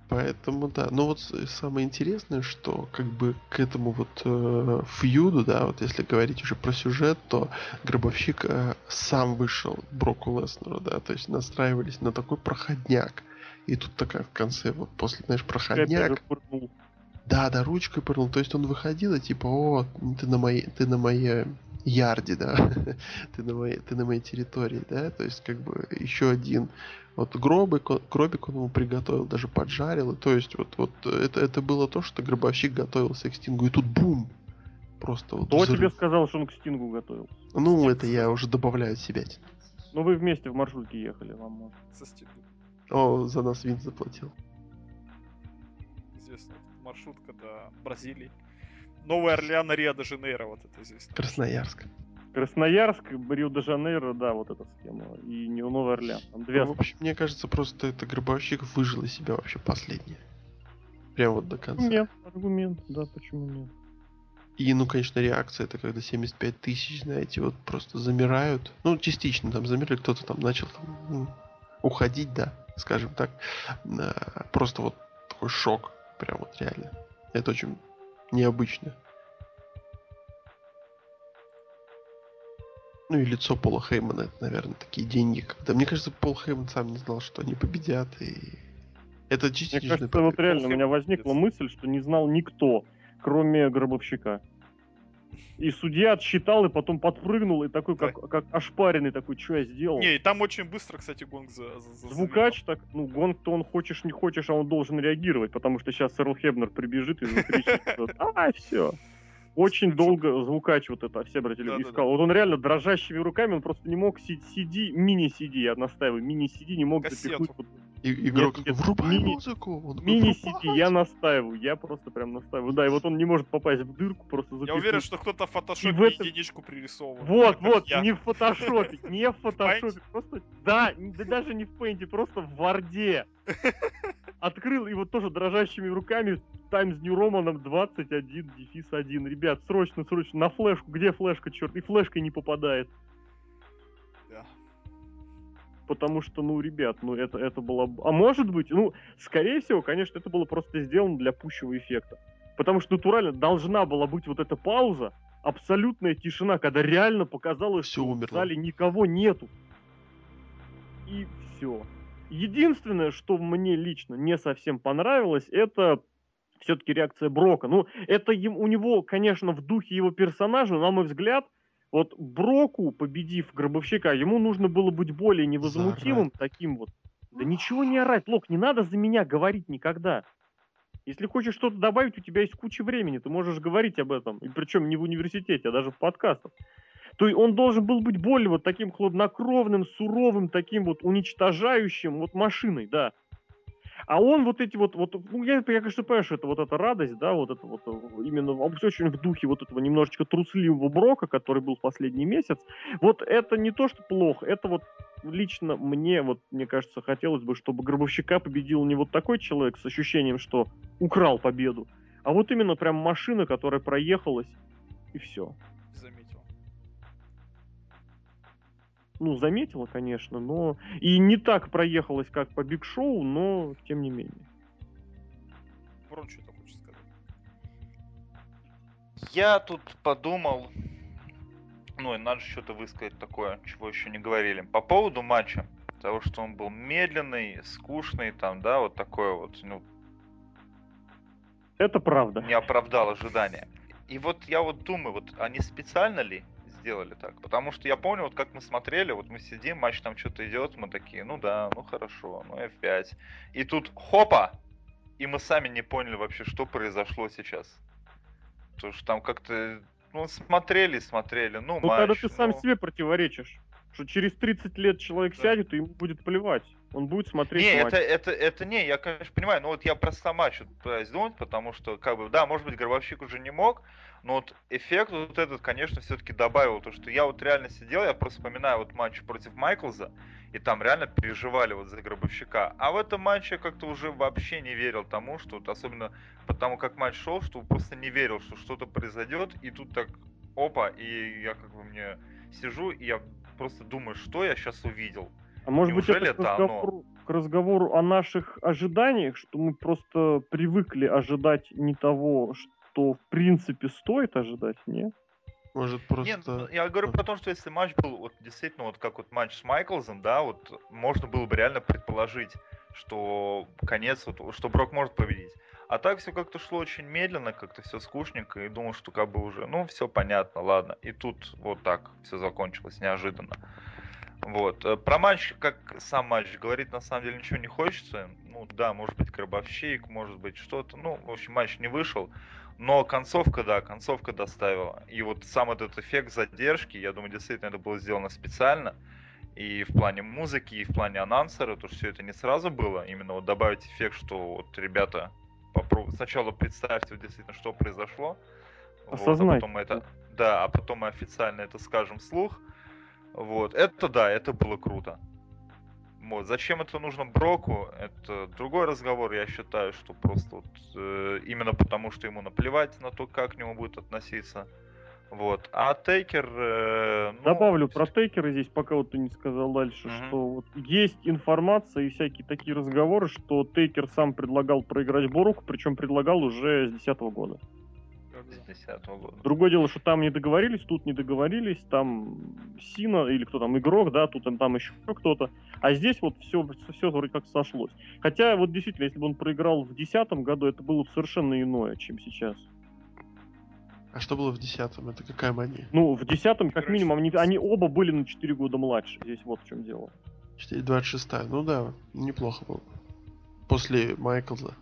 Поэтому да. Но вот самое интересное, что как бы к этому вот фьюду, да, вот если говорить уже про сюжет, то Гробовщик сам вышел к Броку Леснеру, да, то есть настраивались на такой проходняк. И тут такая в конце, вот после, знаешь, Опять же, проходняк. пырнул. Да, ручкой пырнул. То есть он выходил и типа, о, ты на моей ярде, да, ты на моей территории, да, то есть как бы еще один вот гробик он ему приготовил, даже поджарил, и то есть вот это было то, что Гробовщик готовился к Стингу, и тут бум, просто вот Кто тебе взрыв. сказал, что он к Стингу готовился? Ну, Стинг это я сказал. уже добавляю себя. Ну вы вместе в маршрутке ехали, вам может. Со Стингом. О, за нас Винс заплатил. Известная маршрутка до Бразилии. Новый Орлеан, Рио-де-Жанейро, вот это известно. Красноярск. Красноярск, Рио-де-Жанейро, да, вот эта схема. И не Новый Орлеан. Там две Ну, в общем, мне кажется, просто это Гробовщик выжил из себя вообще последнее. Прям вот до конца. Аргумент, да, почему нет? И, ну, конечно, реакция, это когда 75 тысяч, знаете, вот просто замирают. Ну, частично там замерли, кто-то там начал там, уходить, да, скажем так. Просто вот такой шок, прям вот реально. Это очень необычно. Ну и лицо Пола Хеймана, это, наверное, такие деньги, когда... Мне кажется, Пол Хейман сам не знал, что они победят, и... Это Мне частично... кажется, вот реально у меня возникла мысль, что не знал никто, кроме Гробовщика. И судья отсчитал, и потом подпрыгнул, и такой, как ошпаренный, такой, что я сделал? Не, и там очень быстро, кстати, гонг Звукач так, ну, гонг-то он хочешь не хочешь, а он должен реагировать, потому что сейчас Эрл Хебнер прибежит и закричит, все. Очень долго звукач вот это все обратили искал. Вот он реально дрожащими руками, он просто не мог CD, мини-CD, я настаиваю, мини-CD не мог запихнуть. Игрок такой, врубай музыку! Мини-CD, я настаиваю, я просто прям настаиваю. Да, и вот он не может попасть в дырку, просто запихнуть. Я уверен, что кто-то в фотошопе единичку пририсовывал. Вот, не в фотошопе, просто, да, даже не в пейнте, просто в варде. Открыл, и вот тоже дрожащими руками Times New Roman 21-1. Ребят, срочно, на флешку. Где флешка, черт? И флешкой не попадает. Да. Потому что, ну, ребят, ну, это было... А может быть, ну, скорее всего, конечно, это было просто сделано для пущего эффекта. Потому что натурально должна была быть вот эта пауза, абсолютная тишина, когда реально показалось, все что умерло. в зале никого нету. И все. Единственное, что мне лично не совсем понравилось, это все-таки реакция Брока. Ну, это у него, конечно, в духе его персонажа, на мой взгляд, вот Броку, победив Гробовщика, ему нужно было быть более невозмутимым, таким вот. Да ничего не орать, Лок, не надо за меня говорить никогда. Если хочешь что-то добавить, у тебя есть куча времени, ты можешь говорить об этом. И причем не в университете, а даже в подкастах. То есть он должен был быть более вот таким хладнокровным, суровым, таким вот уничтожающим, вот машиной, да. А он вот эти вот ну, я конечно, понимаю, что это вот эта радость, да, вот это вот именно очень в духе вот этого немножечко трусливого Брока, который был в последний месяц. Вот это не то, что плохо, это вот лично мне кажется, хотелось бы, чтобы Гробовщика победил не вот такой человек с ощущением, что украл победу, а вот именно прям машина, которая проехалась, и все. Заметил. Ну, заметила, конечно, но... И не так проехалась, как по Биг Шоу, но тем не менее. Брон, что-то хочешь сказать? Я тут подумал, ну и надо что-то высказать такое, чего еще не говорили. По поводу матча, того, что он был медленный, скучный, там, да, вот такой вот, ну... Это правда. Не оправдал ожидания. И вот я вот думаю, вот они специально ли сделали так? Потому что я помню, вот как мы смотрели, вот мы сидим, матч там что-то идет, мы такие, ну да, ну хорошо, ну F5. И тут хопа! И мы сами не поняли вообще, что произошло сейчас. Потому что там как-то, ну, смотрели, ну, Ну, матч. тогда ты сам себе противоречишь. Что через 30 лет человек сядет, и ему будет плевать. Он будет смотреть не, матч. это не, я, конечно, понимаю, но вот я про сам матч вот пытаюсь думать, потому что, как бы, да, может быть, Гробовщик уже не мог, но вот эффект вот этот, конечно, все-таки добавил, то, что я вот реально сидел, я просто вспоминаю вот матч против Майклза, и там реально переживали вот за Гробовщика. А в этом матче я как-то уже вообще не верил тому, что вот, особенно потому, как матч шел, что просто не верил, что что-то произойдет, и тут так, опа, и я как бы мне сижу, и я просто думаю, что я сейчас увидел. А может быть, Неужели это это оно? к разговору о наших ожиданиях, что мы просто привыкли ожидать не того, что в принципе стоит ожидать, не? Может, Нет, просто... я говорю про то, что если матч был вот действительно вот как вот матч с Майклзом, да, вот можно было бы реально предположить, что конец, вот, что Брок может победить. А так все как-то шло очень медленно, как-то все скучненько, и думал, что как бы уже, ну, все понятно, ладно. И тут вот так все закончилось неожиданно. Вот. Про матч, как сам матч, говорить на самом деле ничего не хочется. Ну да, может быть гробовщик, может быть что-то. Ну, в общем, матч не вышел. Но концовка, да, концовка доставила. И вот сам этот эффект задержки, я думаю, действительно это было сделано специально. И в плане музыки, и в плане анонсера, то все это не сразу было. Именно вот добавить эффект, что вот ребята, сначала представьте вот действительно, что произошло. Вот, а Осознать. потом это, да, а потом мы официально это скажем вслух. Вот, это да, это было круто. Вот, зачем это нужно Броку, это другой разговор, я считаю, что просто вот, именно потому, что ему наплевать на то, как к нему будет относиться. Вот, а Тейкер, ну... Добавлю про Тейкера здесь, пока вот ты не сказал дальше, Мгм. что вот есть информация и всякие такие разговоры, что Тейкер сам предлагал проиграть Броку, причем предлагал уже с 2010 года. С 10-го года. Другое дело, что там не договорились, тут не договорились, там Сина или кто там, игрок, да, тут там еще кто-то. А здесь вот все вроде как сошлось. Хотя вот действительно, если бы он проиграл в 2010 году, это было бы совершенно иное, чем сейчас. А что было в 10-м? Это какая мания? Ну, в 2010-м, как Короче, минимум, они оба были на 4 года младше. Здесь вот в чем дело. 26-я. Ну да, неплохо было. После Майклза.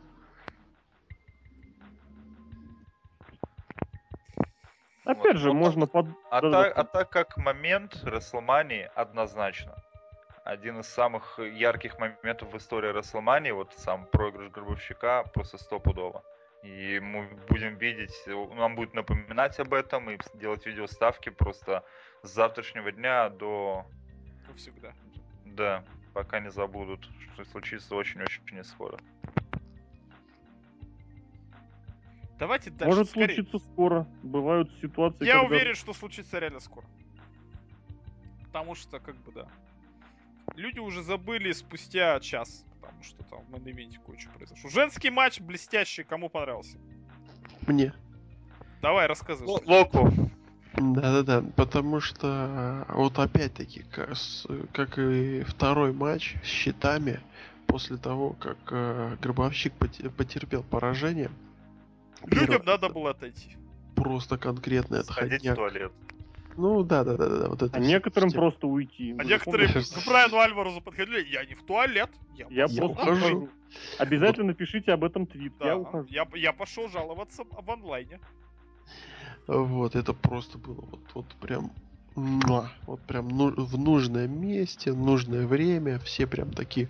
Опять же, Вот, можно под... А Да-да-да. так как момент WrestleMania однозначно один из самых ярких моментов в истории WrestleMania, вот сам проигрыш Гробовщика, просто стопудово. И мы будем видеть, нам будет напоминать об этом и делать видеоставки просто с завтрашнего дня до... Как всегда. Да, пока не забудут, что случится очень-очень не скоро. Давайте дальше. Может скорее. случиться скоро. Бывают ситуации, Я когда... уверен, что случится реально скоро. Потому что, как бы, да. Люди уже забыли спустя час. Потому что там в мейн-ивенте кое-что произошло. Женский матч блестящий. Кому понравился? Мне. Давай, рассказывай. что Локу. Да-да-да, потому что вот опять-таки, как и второй матч с щитами, после того, как Гробовщик потерпел поражение, Людям первое, надо было отойти. просто конкретный Сходить в отходняк. туалет. Ну да, вот это А все- некоторым все- просто уйти. А Вы же некоторые помните? к Брайану Альварезу подходили. Я не в туалет. Я Я просто ухожу. ухожу. Обязательно пишите об этом твит. Да, Я ухожу. я пошел жаловаться в онлайне. Вот, это просто было вот прям... Вот прям в нужном месте, в нужное время, все прям такие...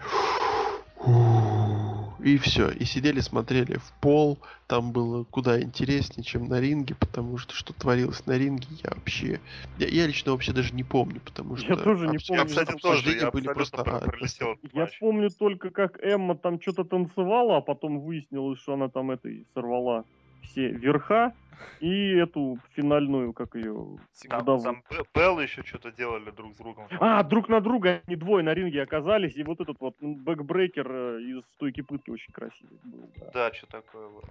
И все. И сидели, смотрели в пол. Там было куда интереснее, чем на ринге, потому что творилось на ринге, я вообще... Я лично вообще даже не помню, потому что... Я тоже не Я, помню. кстати, тоже. обсуждения Я были абсолютно просто пролетел этот Я матч. помню только, как Эмма там что-то танцевала, а потом выяснилось, что она там сорвала все верха и эту финальную, как ее, вдову. Там Белл еще что-то делали друг с другом. А, друг на друга они двое на ринге оказались, и вот этот вот бэкбрейкер из стойки пытки очень красивый был. Да. Да, что такое было.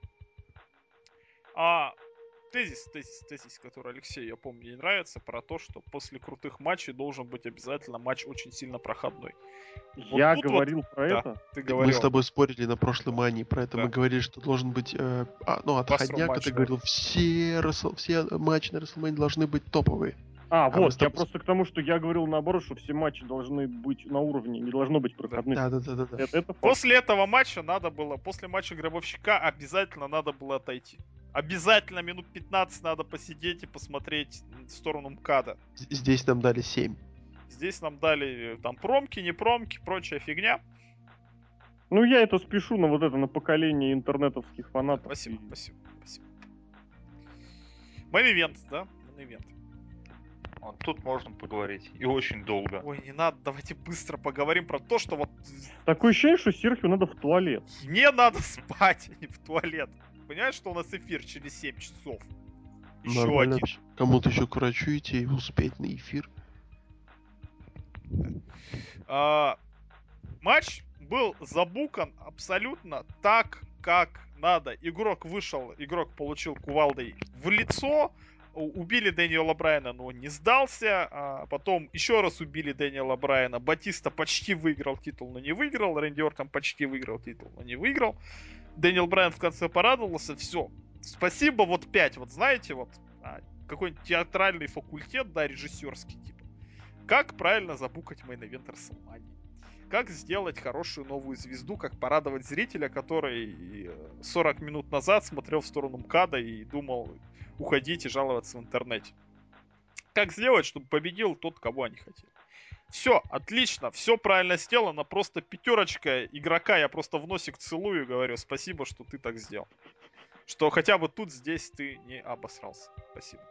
Тезис, который Алексей, я помню, не нравится, про то, что после крутых матчей должен быть обязательно матч очень сильно проходной. Я тут говорил про да, это. ты Мы говорил. с тобой спорили на прошлой мании про это. Да. Мы говорили, что должен быть отходняк. матч, Ты да. говорил, все матчи на WrestleMania должны быть топовые. А, мы вот, с я тобой- просто к тому, что я говорил наоборот, что все матчи должны быть на уровне, не должно быть проходных. Да. Это факт. После этого матча надо было, после матча Гробовщика обязательно надо было отойти. Обязательно минут 15 надо посидеть и посмотреть в сторону МКАДа. Здесь нам дали 7. Здесь нам дали там промки, не промки, прочая фигня. Ну, я это спешу на вот это, на поколение интернетовских фанатов. Спасибо, И- спасибо. Мейн-ивент, да? Мейн-ивент. Вот тут можно поговорить. И очень долго. Ой, не надо, давайте быстро поговорим про то, что вот Такое ощущение, что Серхио надо в туалет. мне надо спать, а не в туалет. Понимаешь, что у нас эфир через 7 часов? Еще Нормально один. вообще. Кому-то еще к врачу идти и успеть на эфир. А, Матч был забукан абсолютно так, как надо. Игрок вышел, игрок получил кувалдой в лицо, убили Дэниела Брайана, но он не сдался, а потом еще раз убили Дэниела Брайана. Батиста почти выиграл титул, но не выиграл. Рэнди Ортон почти выиграл титул, но не выиграл. Дэниел Брайан в конце порадовался, все. Спасибо, вот 5, вот знаете, вот какой-нибудь театральный факультет, да, режиссерский, типа. Как правильно забукать мейн-эвент WrestleMania? Как сделать хорошую новую звезду, как порадовать зрителя, который 40 минут назад смотрел в сторону МКАДа и думал уходить и жаловаться в интернете. Как сделать, чтобы победил тот, кого они хотели. Все, отлично, все правильно сделано, просто пятерочка игрока, я просто в носик целую и говорю спасибо, что ты так сделал. Что хотя бы тут, здесь ты не обосрался. Спасибо.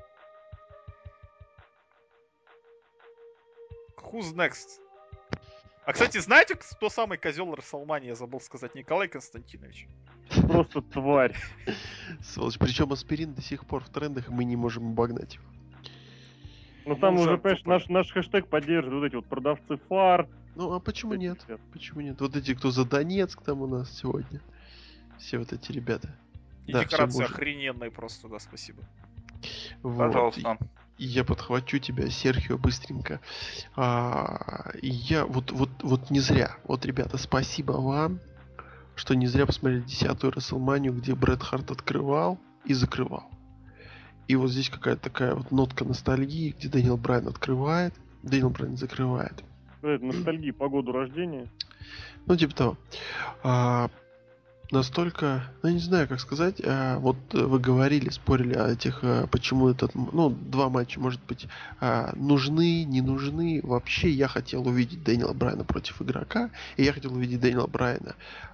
Who's next? А, кстати, знаете, кто самый козел Расселмании, я забыл сказать, Николай Константинович. Просто тварь. Сволочь. Причем аспирин до сих пор в трендах, и мы не можем обогнать его. Ну там уже, понимаешь, наш хэштег поддерживает вот эти вот продавцы фар. Ну а почему нет? Почему нет? Вот эти, кто за Донецк там у нас сегодня. Все вот эти ребята. И да, декорации охрененные просто, да, спасибо. Вот. Пожалуйста. И я подхвачу тебя, Серхио, быстренько. И я вот не зря. Вот, ребята, спасибо вам, что не зря посмотрели 10-ю Расселманию, где Брэд Харт открывал и закрывал. И вот здесь какая-то такая вот нотка ностальгии, где Дэниел Брайан открывает, Дэниел Брайан закрывает. Это ностальгия по году рождения. Ну, типа того. Настолько, ну не знаю, как сказать, вот вы говорили, спорили о тех, почему этот, ну, 2 матча, может быть, нужны, не нужны. Вообще, я хотел увидеть Дэниела Брайана против игрока, и я хотел увидеть Дэниела Брайана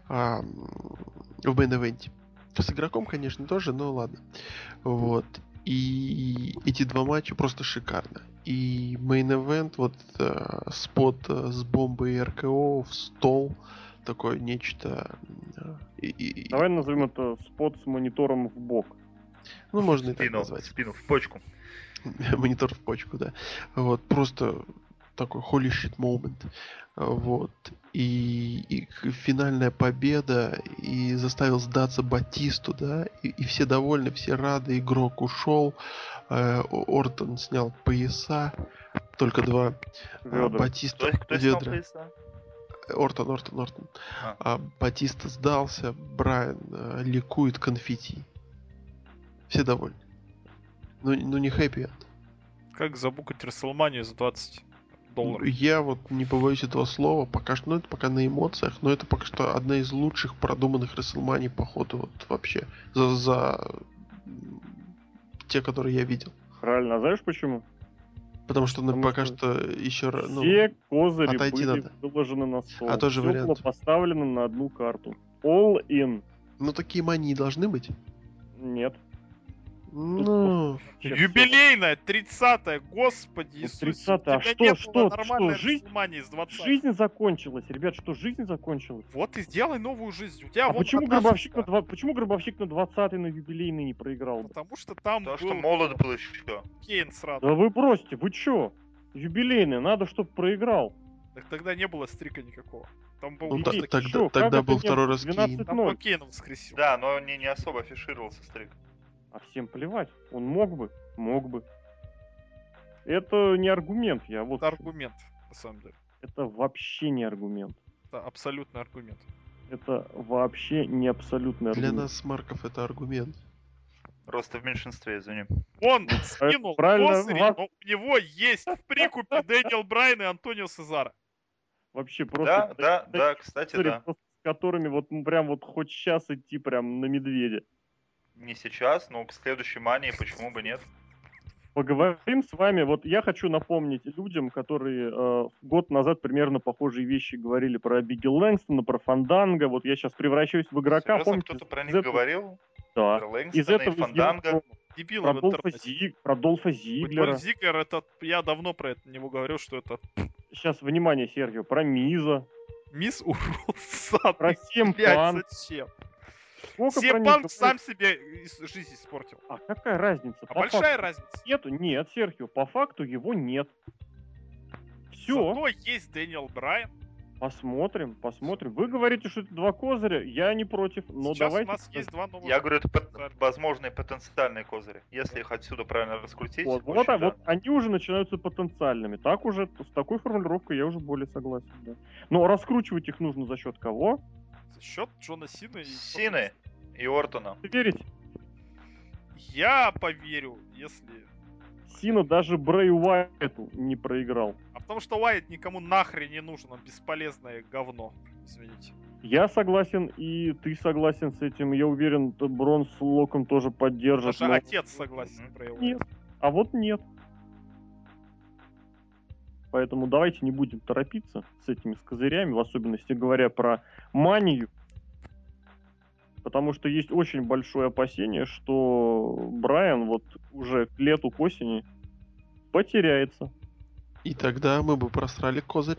в мейн-эвенте. С игроком, конечно, тоже, но ладно. Вот. И эти 2 матча просто шикарно. И мейн-эвент, вот спот с бомбой РКО в стол, такое нечто... Давай назовем это спот с монитором в бок. Ну, можно и так назвать. Спину в почку. Монитор в почку, да. Вот, просто такой holy shit moment. Вот. И финальная победа, и заставил сдаться Батисту, да, и все довольны, все рады, игрок ушел, Ортон снял пояса, только 2. Батиста Кто снял пояса? Ортон. Батиста сдался, Брайан ликует, конфетти. Все довольны. Ну не хэппи энд. Как забукать Расселманию за $20? Я вот не побоюсь этого слова, пока что, ну это пока на эмоциях, но это пока что одна из лучших продуманных Расселманий, походу, вот вообще, за те, которые я видел. Правильно, а знаешь почему? Потому что пока что еще раз. Все козыри были выложены на стол. А тоже все вариант. было поставлено на одну карту. All in. Ну такие мании должны быть? Нет. Ну... Юбилейная, 30-я, господи Иисусе. 30-я, а что? Жизнь закончилась, ребят, что жизнь закончилась? Вот и сделай новую жизнь. У тебя почему Гробовщик на 20-й на юбилейный не проиграл? Потому что там Потому что молод был еще. Кейн сразу. Да вы бросьте, вы чё? Юбилейный, надо, чтобы проиграл. Так тогда не было стрика никакого. Там был тогда был второй раз Кейн. Там Кейн воскресил. Да, но он не особо афишировался стрик. А всем плевать. Он мог бы. Это не аргумент, Это аргумент, на самом деле. Это вообще не аргумент. Это абсолютный аргумент. Это вообще не абсолютный аргумент. Для нас, Марков, это аргумент. Просто в меньшинстве, извини. Он скинул козыри, но у него есть в прикупе Дэниел Брайан и Антонио Сезаро. Вообще просто... Да, кстати, да. С которыми вот прям вот хоть сейчас идти прям на медведя. Не сейчас, но к следующей мании почему бы нет? Поговорим с вами. Вот я хочу напомнить людям, которые год назад примерно похожие вещи говорили про Бигги Лэнгстона, про Фанданго. Вот я сейчас превращаюсь в игрока. Серьезно, кто-то про них говорил? Да. Про Лэнгстона и Фанданго? Про Долфа Зиглера. Дольф Зиглер, это я давно про это него говорил, что это... Сейчас, внимание, Сергей, про Миза. Мисс уродца. Про CM Punk. Зачем? CM Punk сам себе жизнь испортил. А какая разница? А большая разница? Нет, Серхио, по факту его нет. Все. Зато есть Дэниел Брайан. Посмотрим. Вы говорите, что это два козыря, я не против, но Сейчас давайте... у нас есть два новых... Я говорю, это потенциальных. возможные потенциальные козыри. Если их отсюда правильно раскрутить, Вот, очень да. вот они уже начинаются потенциальными. Так уже, с такой формулировкой я уже более согласен, да. Но раскручивать их нужно за счет кого? За счет Джона Сины и... Сины и Ортона. Вы верите? Я поверю, если... Сина даже Брэй Уайту не проиграл. А потому что Уайт никому нахрен не нужен, он бесполезное говно. Извините. Я согласен, и ты согласен с этим. Я уверен, Брон с Локом тоже поддержат. Даже но- отец согласен про его. Нет. А вот нет. Поэтому давайте не будем торопиться с этими козырями, в особенности говоря про манию. Потому что есть очень большое опасение, что Брайан вот уже к лету, к осени потеряется. И тогда мы бы просрали козырь.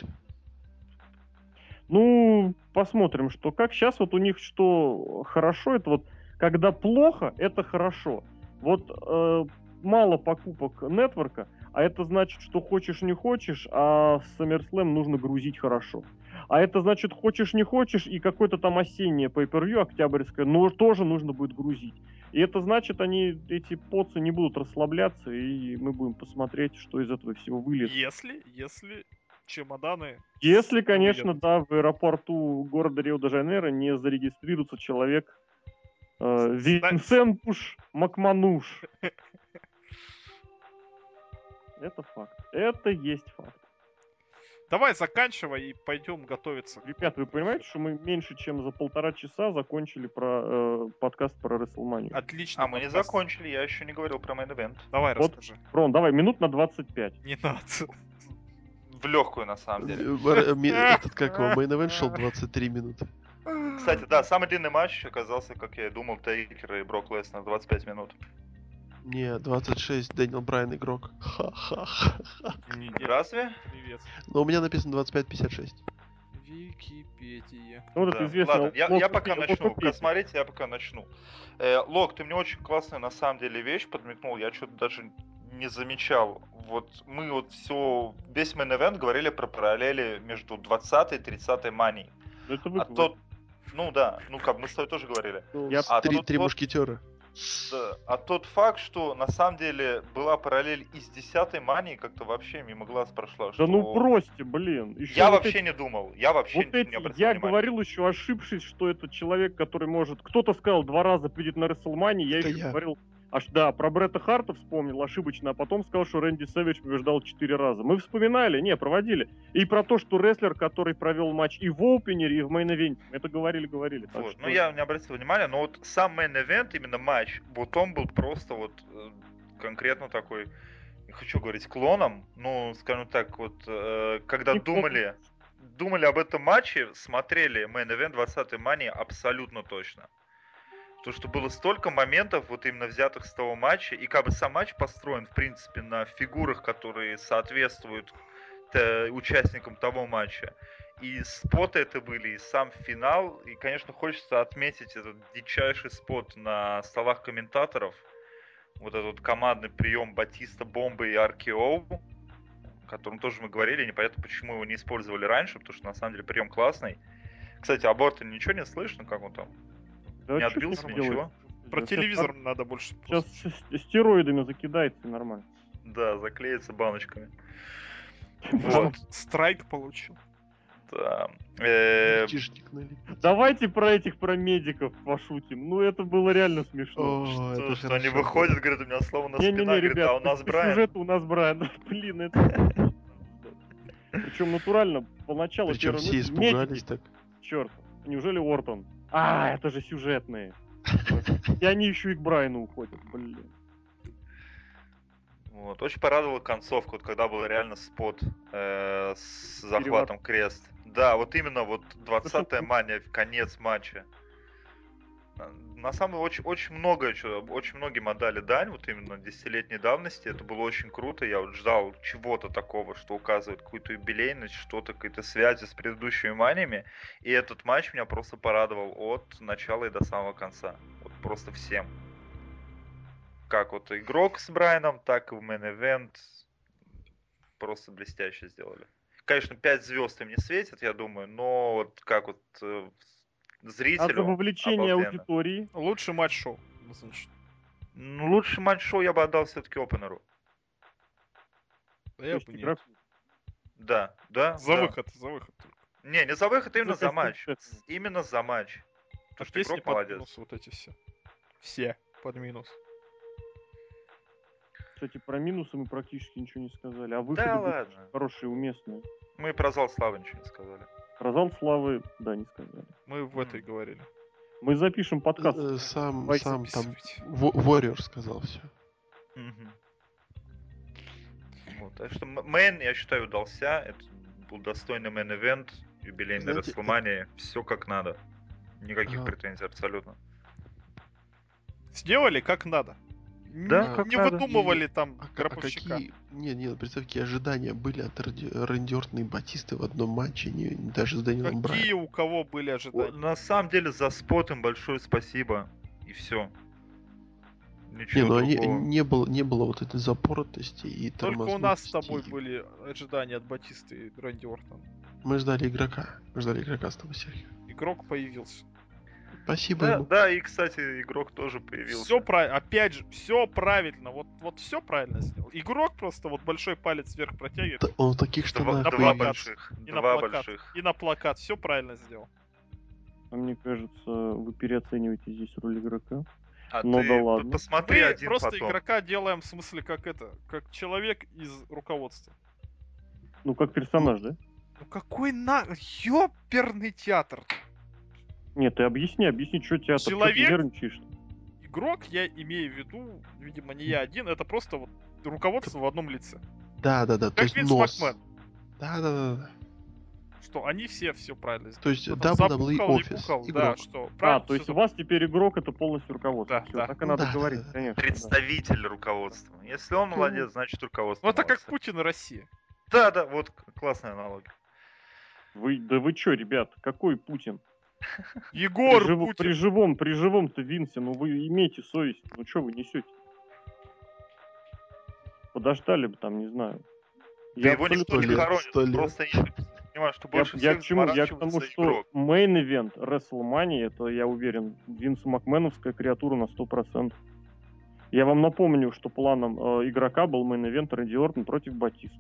Ну, посмотрим, что как. Сейчас вот у них что хорошо, это вот когда плохо, это хорошо. Вот мало покупок нетворка, а это значит, что хочешь не хочешь, а в SummerSlam нужно грузить хорошо. А это значит, хочешь не хочешь, и какое-то там осеннее pay-per-view октябрьское, но тоже нужно будет грузить. И это значит, эти поцы не будут расслабляться, и мы будем посмотреть, что из этого всего вылезет. Если чемоданы... Если, конечно, выедут. да, в аэропорту города Рио-де-Жанейро не зарегистрируется человек Винсентуш Макмануш. Это факт. Это есть факт. Давай заканчивай и пойдем готовиться. Ребят, вы понимаете, что мы меньше чем за 1,5 часа закончили про подкаст про WrestleMania? Отлично. А мы не подкаст. закончили, я еще не говорил про мейн ивент. Давай, Вот. расскажи. Рон, давай, минут на 25. Не надо. В легкую, на самом деле. Этот, как его, мейн ивент шел 23 минуты. Кстати, да, самый длинный матч оказался, как я и думал, Тейкер и Брок Леснер, 25 минут. Не, 26, Дэниел Брайан игрок. Ха-ха-ха. Разве? Привет. Но у меня написано 25-56. Википедия. Ну, вот Да. это известно. Ладно, я пока начну. Локупи. Смотрите, я пока начну. Лок, ты мне очень классную на самом деле вещь подметнул. Я что-то даже не замечал. Вот мы вот весь мейн-эвент говорили про параллели между 20 и 30 манией. Это вы А тот, ну да, ну как мы с тобой тоже говорили. Я- А Три тут вот- мушкетера. Да. А тот факт, что на самом деле была параллель и с 10 манией, как-то вообще мимо глаз прошла. Да что... ну бросьте, блин. Еще Я вот вообще не думал. Я вообще Вот не эти, обратил я внимания. говорил еще, ошибшись, что это человек, который может... Кто-то сказал 2 раза придет на WrestleMania, я Это еще я. говорил... Да, про Бретта Харта вспомнил ошибочно, а потом сказал, что Рэнди Сэвидж побеждал 4 раза. Мы вспоминали, проводили. И про то, что рестлер, который провел матч и в опенере, и в мейн-эвенте, это говорили. Так Вот. что- Ну, я не обратил внимания, но вот сам мейн-эвент, именно матч, вот он был просто вот конкретно такой, не хочу говорить клоном, ну, скажем так, вот, когда Не думали об этом матче, смотрели мейн-эвент 20-й мании абсолютно точно. Потому что было столько моментов, вот именно взятых с того матча, и как бы сам матч построен, в принципе, на фигурах, которые соответствуют участникам того матча. И споты это были, и сам финал. И, конечно, хочется отметить этот дичайший спот на столах комментаторов. Вот этот командный прием Батиста, Бомбы и RKO, о котором тоже мы говорили. Непонятно, почему его не использовали раньше, потому что на самом деле прием классный. Кстати, об Ортоне ничего не слышно, как он там? Да не чё отбился, ты ничего? делаешь? Про Да телевизор надо больше. Сейчас стероидами закидается и нормально. Да, заклеится баночками. Вот. Страйк получил. Да. Чижник налепить. Давайте про медиков пошутим. Ну, это было реально смешно. О, это Что они хорошо. выходят, говорят, у меня слово на Не-не-не, спина, говорит, ребят, а у нас по Брайан. сюжету у нас Брайан. Блин, это... Причем натурально, поначалу Причем первая все мысль, испугались медики. так. Черт, неужели Ортон? Это же сюжетные. И они еще и к Брайану уходят, блин. Вот. Очень порадовала концовка, вот когда был реально спот с захватом крест. Да, вот именно вот 20-я мания, конец матча. На самом деле очень многим отдали дань, вот именно 10-летней давности. Это было очень круто. Я вот ждал чего-то такого, что указывает какую-то юбилейность, что-то, какие-то связи с предыдущими маниями. И этот матч меня просто порадовал от начала и до самого конца. Вот просто всем. Как вот игрок с Брайаном, так и в мейн-эвент. Просто блестяще сделали. конечно, 5 звезд им не светит, я думаю, но вот как вот А за зрителю вовлечение обалденно. аудитории? Лучший матч шоу. Значит. Ну, лучший матч шоу я бы отдал все-таки опенеру. Да То я есть бы нет. игроку. Да, да. За да. выход только. Не за выход, именно за костюм матч. Стефани. Именно за матч. А Потому что песни игрок под молодец. минус вот эти все. Все под минус. Кстати, про минусы мы практически ничего не сказали. А выходы Да были ладно. хорошие, уместные. Мы про зал славы ничего не сказали. Про зал славы, да, не сказали. Мы в этой говорили. Мы запишем подкаст. Сам Давайте там записывайте. Warrior сказал все. Мгм. Вот, так что мейн, я считаю, удался. Это был достойный мейн-эвент, юбилейный Знаете, Расселмания. Все как надо. Никаких Ага. претензий абсолютно. Сделали как надо. Да, Не- как не надо. выдумывали там А Гробовщика. какие... Не, представь, какие ожидания были от Рэнди Ортона и Батисты в одном матче, даже с Дэниелом Какие Брайаном. у кого были ожидания? На самом деле за спот им большое спасибо. И все. Не, Ничего ну другого. не было вот этой запоротости и Только у нас с тормознутости. тобой были ожидания от Батисты и Рэнди Ортона. Мы ждали игрока. Мы ждали игрока с тобой, Серхио. Игрок появился. Спасибо Да, ему. да, и, кстати, игрок тоже появился. Все правильно. Опять же, все правильно. Вот все правильно сделал. Игрок просто вот большой палец вверх протягивает. Он в таких штанах на Два плакат. появился. больших. И на Два плакат. больших. И на плакат. Все правильно сделал. А мне кажется, вы переоцениваете здесь роль игрока. А Ну ты да ладно. посмотри Мы один просто потом. игрока делаем в смысле как человек из руководства. Ну, как персонаж, да? Ну какой ёперный театр. Нет, ты объясни, что тебя ты Человек? нервничаешь. Игрок, я имею в виду, видимо, не я один, это просто вот руководство в одном лице. Да. То Как есть Винс нос. Макмен. Да. Что они все правильно сделали. То есть Кто там WWE запухал, не Office, пухал, да, игрок. что А, правильно то есть всё у вас теперь игрок это полностью руководство. Да, Всё, да. так и надо Да, говорить, да. конечно. да. Представитель руководства. Если он молодец, значит руководство Ну это как молодцы. Путин и Россия. Да, вот классная аналогия. Вы чё, ребят, какой Путин? Егор При Путин. живом-то Винсе, ну вы имейте совесть. Ну что вы несете? Подождали бы там, не знаю. Да его никто не 100 лет, хоронит. 100 лет. Просто я понимаю, что больше Я всех к чему? Я к заморачивается тому, что игрок. мейн-ивент WrestleMania, это, я уверен, Винс Макменовская креатура на 100%. Я вам напомню, что планом игрока был мейн-ивент Рэнди Ортон против Батиста.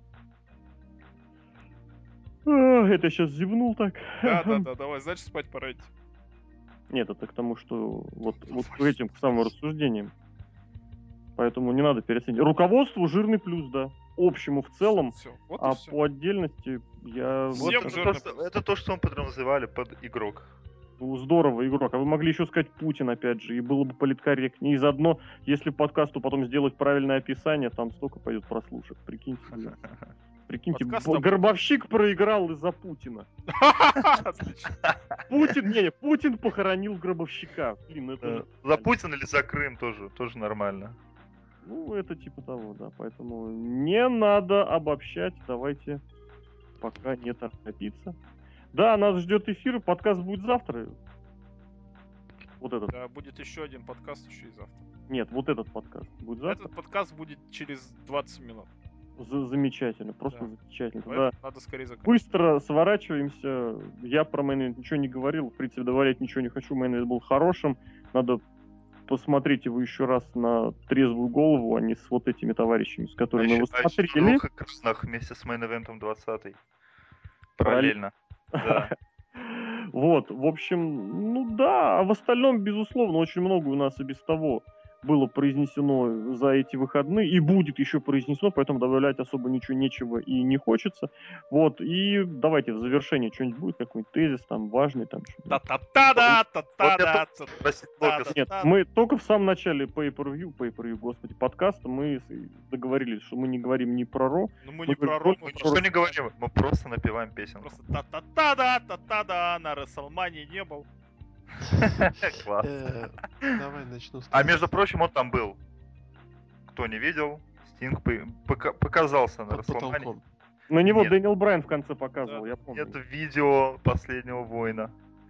Это сейчас зевнул так. Да, давай, значит спать пора идти. Нет, это к тому, что вот к этим, к самым рассуждениям. Поэтому не надо переоценивать. Руководству жирный плюс, да. Общему в целом, Всё, вот а и всё. по отдельности я... Вот Всем это, жирный это то, что мы подразумевали под игрок. Ну, здорово, игрок. А вы могли еще сказать Путин, опять же, и было бы политкорректнее. И заодно, если подкасту потом сделать правильное описание, там столько пойдет прослушек. Прикиньте. Прикиньте, Подкаст там- Горбовщик проиграл из-за Путина. Отлично. Путин похоронил Гробовщика. Блин, это же... За Путин или за Крым тоже нормально. Ну, это типа того, да. Поэтому не надо обобщать. Давайте пока не торопиться. Да, нас ждет эфир. Подкаст будет завтра. Вот этот. Да, будет еще один подкаст еще и завтра. Нет, вот этот подкаст будет завтра. Этот подкаст будет через 20 минут. Замечательно, просто Да. замечательно. Поэтому Да. надо скорее закрыть. Быстро сворачиваемся. Я про мейн ничего не говорил. В принципе, добавлять ничего не хочу. Мейн был хорошим. Надо посмотреть его еще раз на трезвую голову, а не с вот этими товарищами, с которыми мы его смотрели. двух экранах вместе с мейн-эвентом 20-й. Параллельно. Да. Вот, в общем, ну да, а в остальном, безусловно, очень много у нас и без того было произнесено за эти выходные, и будет еще произнесено, поэтому добавлять особо ничего нечего и не хочется. Вот, и давайте в завершении что-нибудь будет, какой-нибудь тезис там важный, там что-то. Та-та-та-да, Вот та-та-да, я спросил Локоса. Нет, мы только в самом начале pay-per-view, господи, подкаста мы договорились, что мы не говорим ни про Ро. Ну мы Мы не про говорим Ро, только мы Ничего не говорим, мы просто напеваем песенку. просто та-та-та-да, та-та-да, на WrestleMania не был. Класс. Давай начну с А того. между прочим, он там был. Кто не видел, Стинг показался на Под Расселмане. потолком. На него Нет. Дэниел Брайан в конце показывал, Да. я помню. Это видео последнего воина.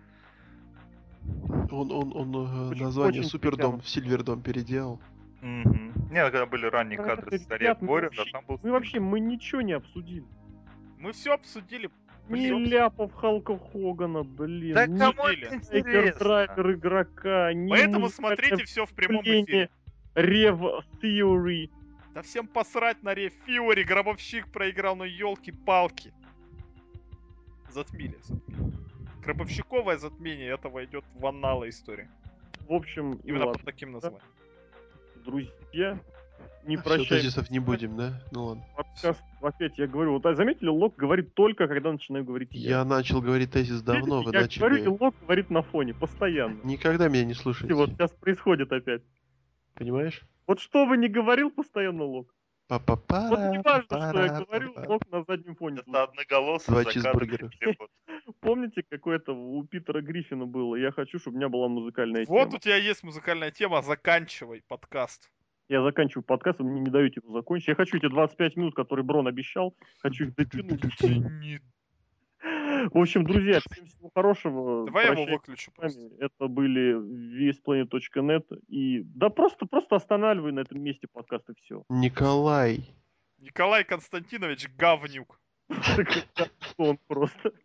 Он Очень- название очень Супердом притянут. в Сильвердом переделал. Нет, когда были ранние Да, кадры это, с Арены ребят, мы Боря, вообще- там был Мы вообще, мы ничего не обсудили. Мы все обсудили. Ни ляпов Халка Хогана, блин. Да ни кому Неделя. это Эгер интересно? Драйвер игрока, ни Поэтому музыкальное смотрите все в прямом вступление эфире. Rev Theory. Да всем посрать на Рев Фьюри, гробовщик проиграл, ну елки-палки. Затмили. Гробовщиковое затмение этого идет в анналы истории. В общем, Именно ладно, под таким названием. друзья, не Все, прощаемся. тезисов не будем, да? Ну ладно. Подкаст, опять я говорю, вот заметили, Лок говорит только, когда начинаю говорить Я начал говорить тезис давно, вы Видите, я говорю, и начали... Лок говорит на фоне, постоянно. Никогда меня не И вот слушаете. сейчас происходит опять. Понимаешь? Вот что бы ни говорил постоянно Лок. Вот не важно, что я говорю, Лок на заднем фоне. Это одноголосый Два закадровый чизбургера. перевод. Помните, какое-то у Питера Гриффина было? Я хочу, чтобы у меня была музыкальная Вот тема. у тебя есть музыкальная тема, заканчивай подкаст. Я заканчиваю подкаст, вы мне не даете его закончить. Я хочу эти 25 минут, которые Брон обещал, хочу их дотянуть. В общем, друзья, всем всего хорошего. Давай я его Прощаюсь выключу с вами. просто. Это были весьplanet.net. И да просто останавливай на этом месте подкаст и все. Николай. Николай Константинович говнюк. Он просто.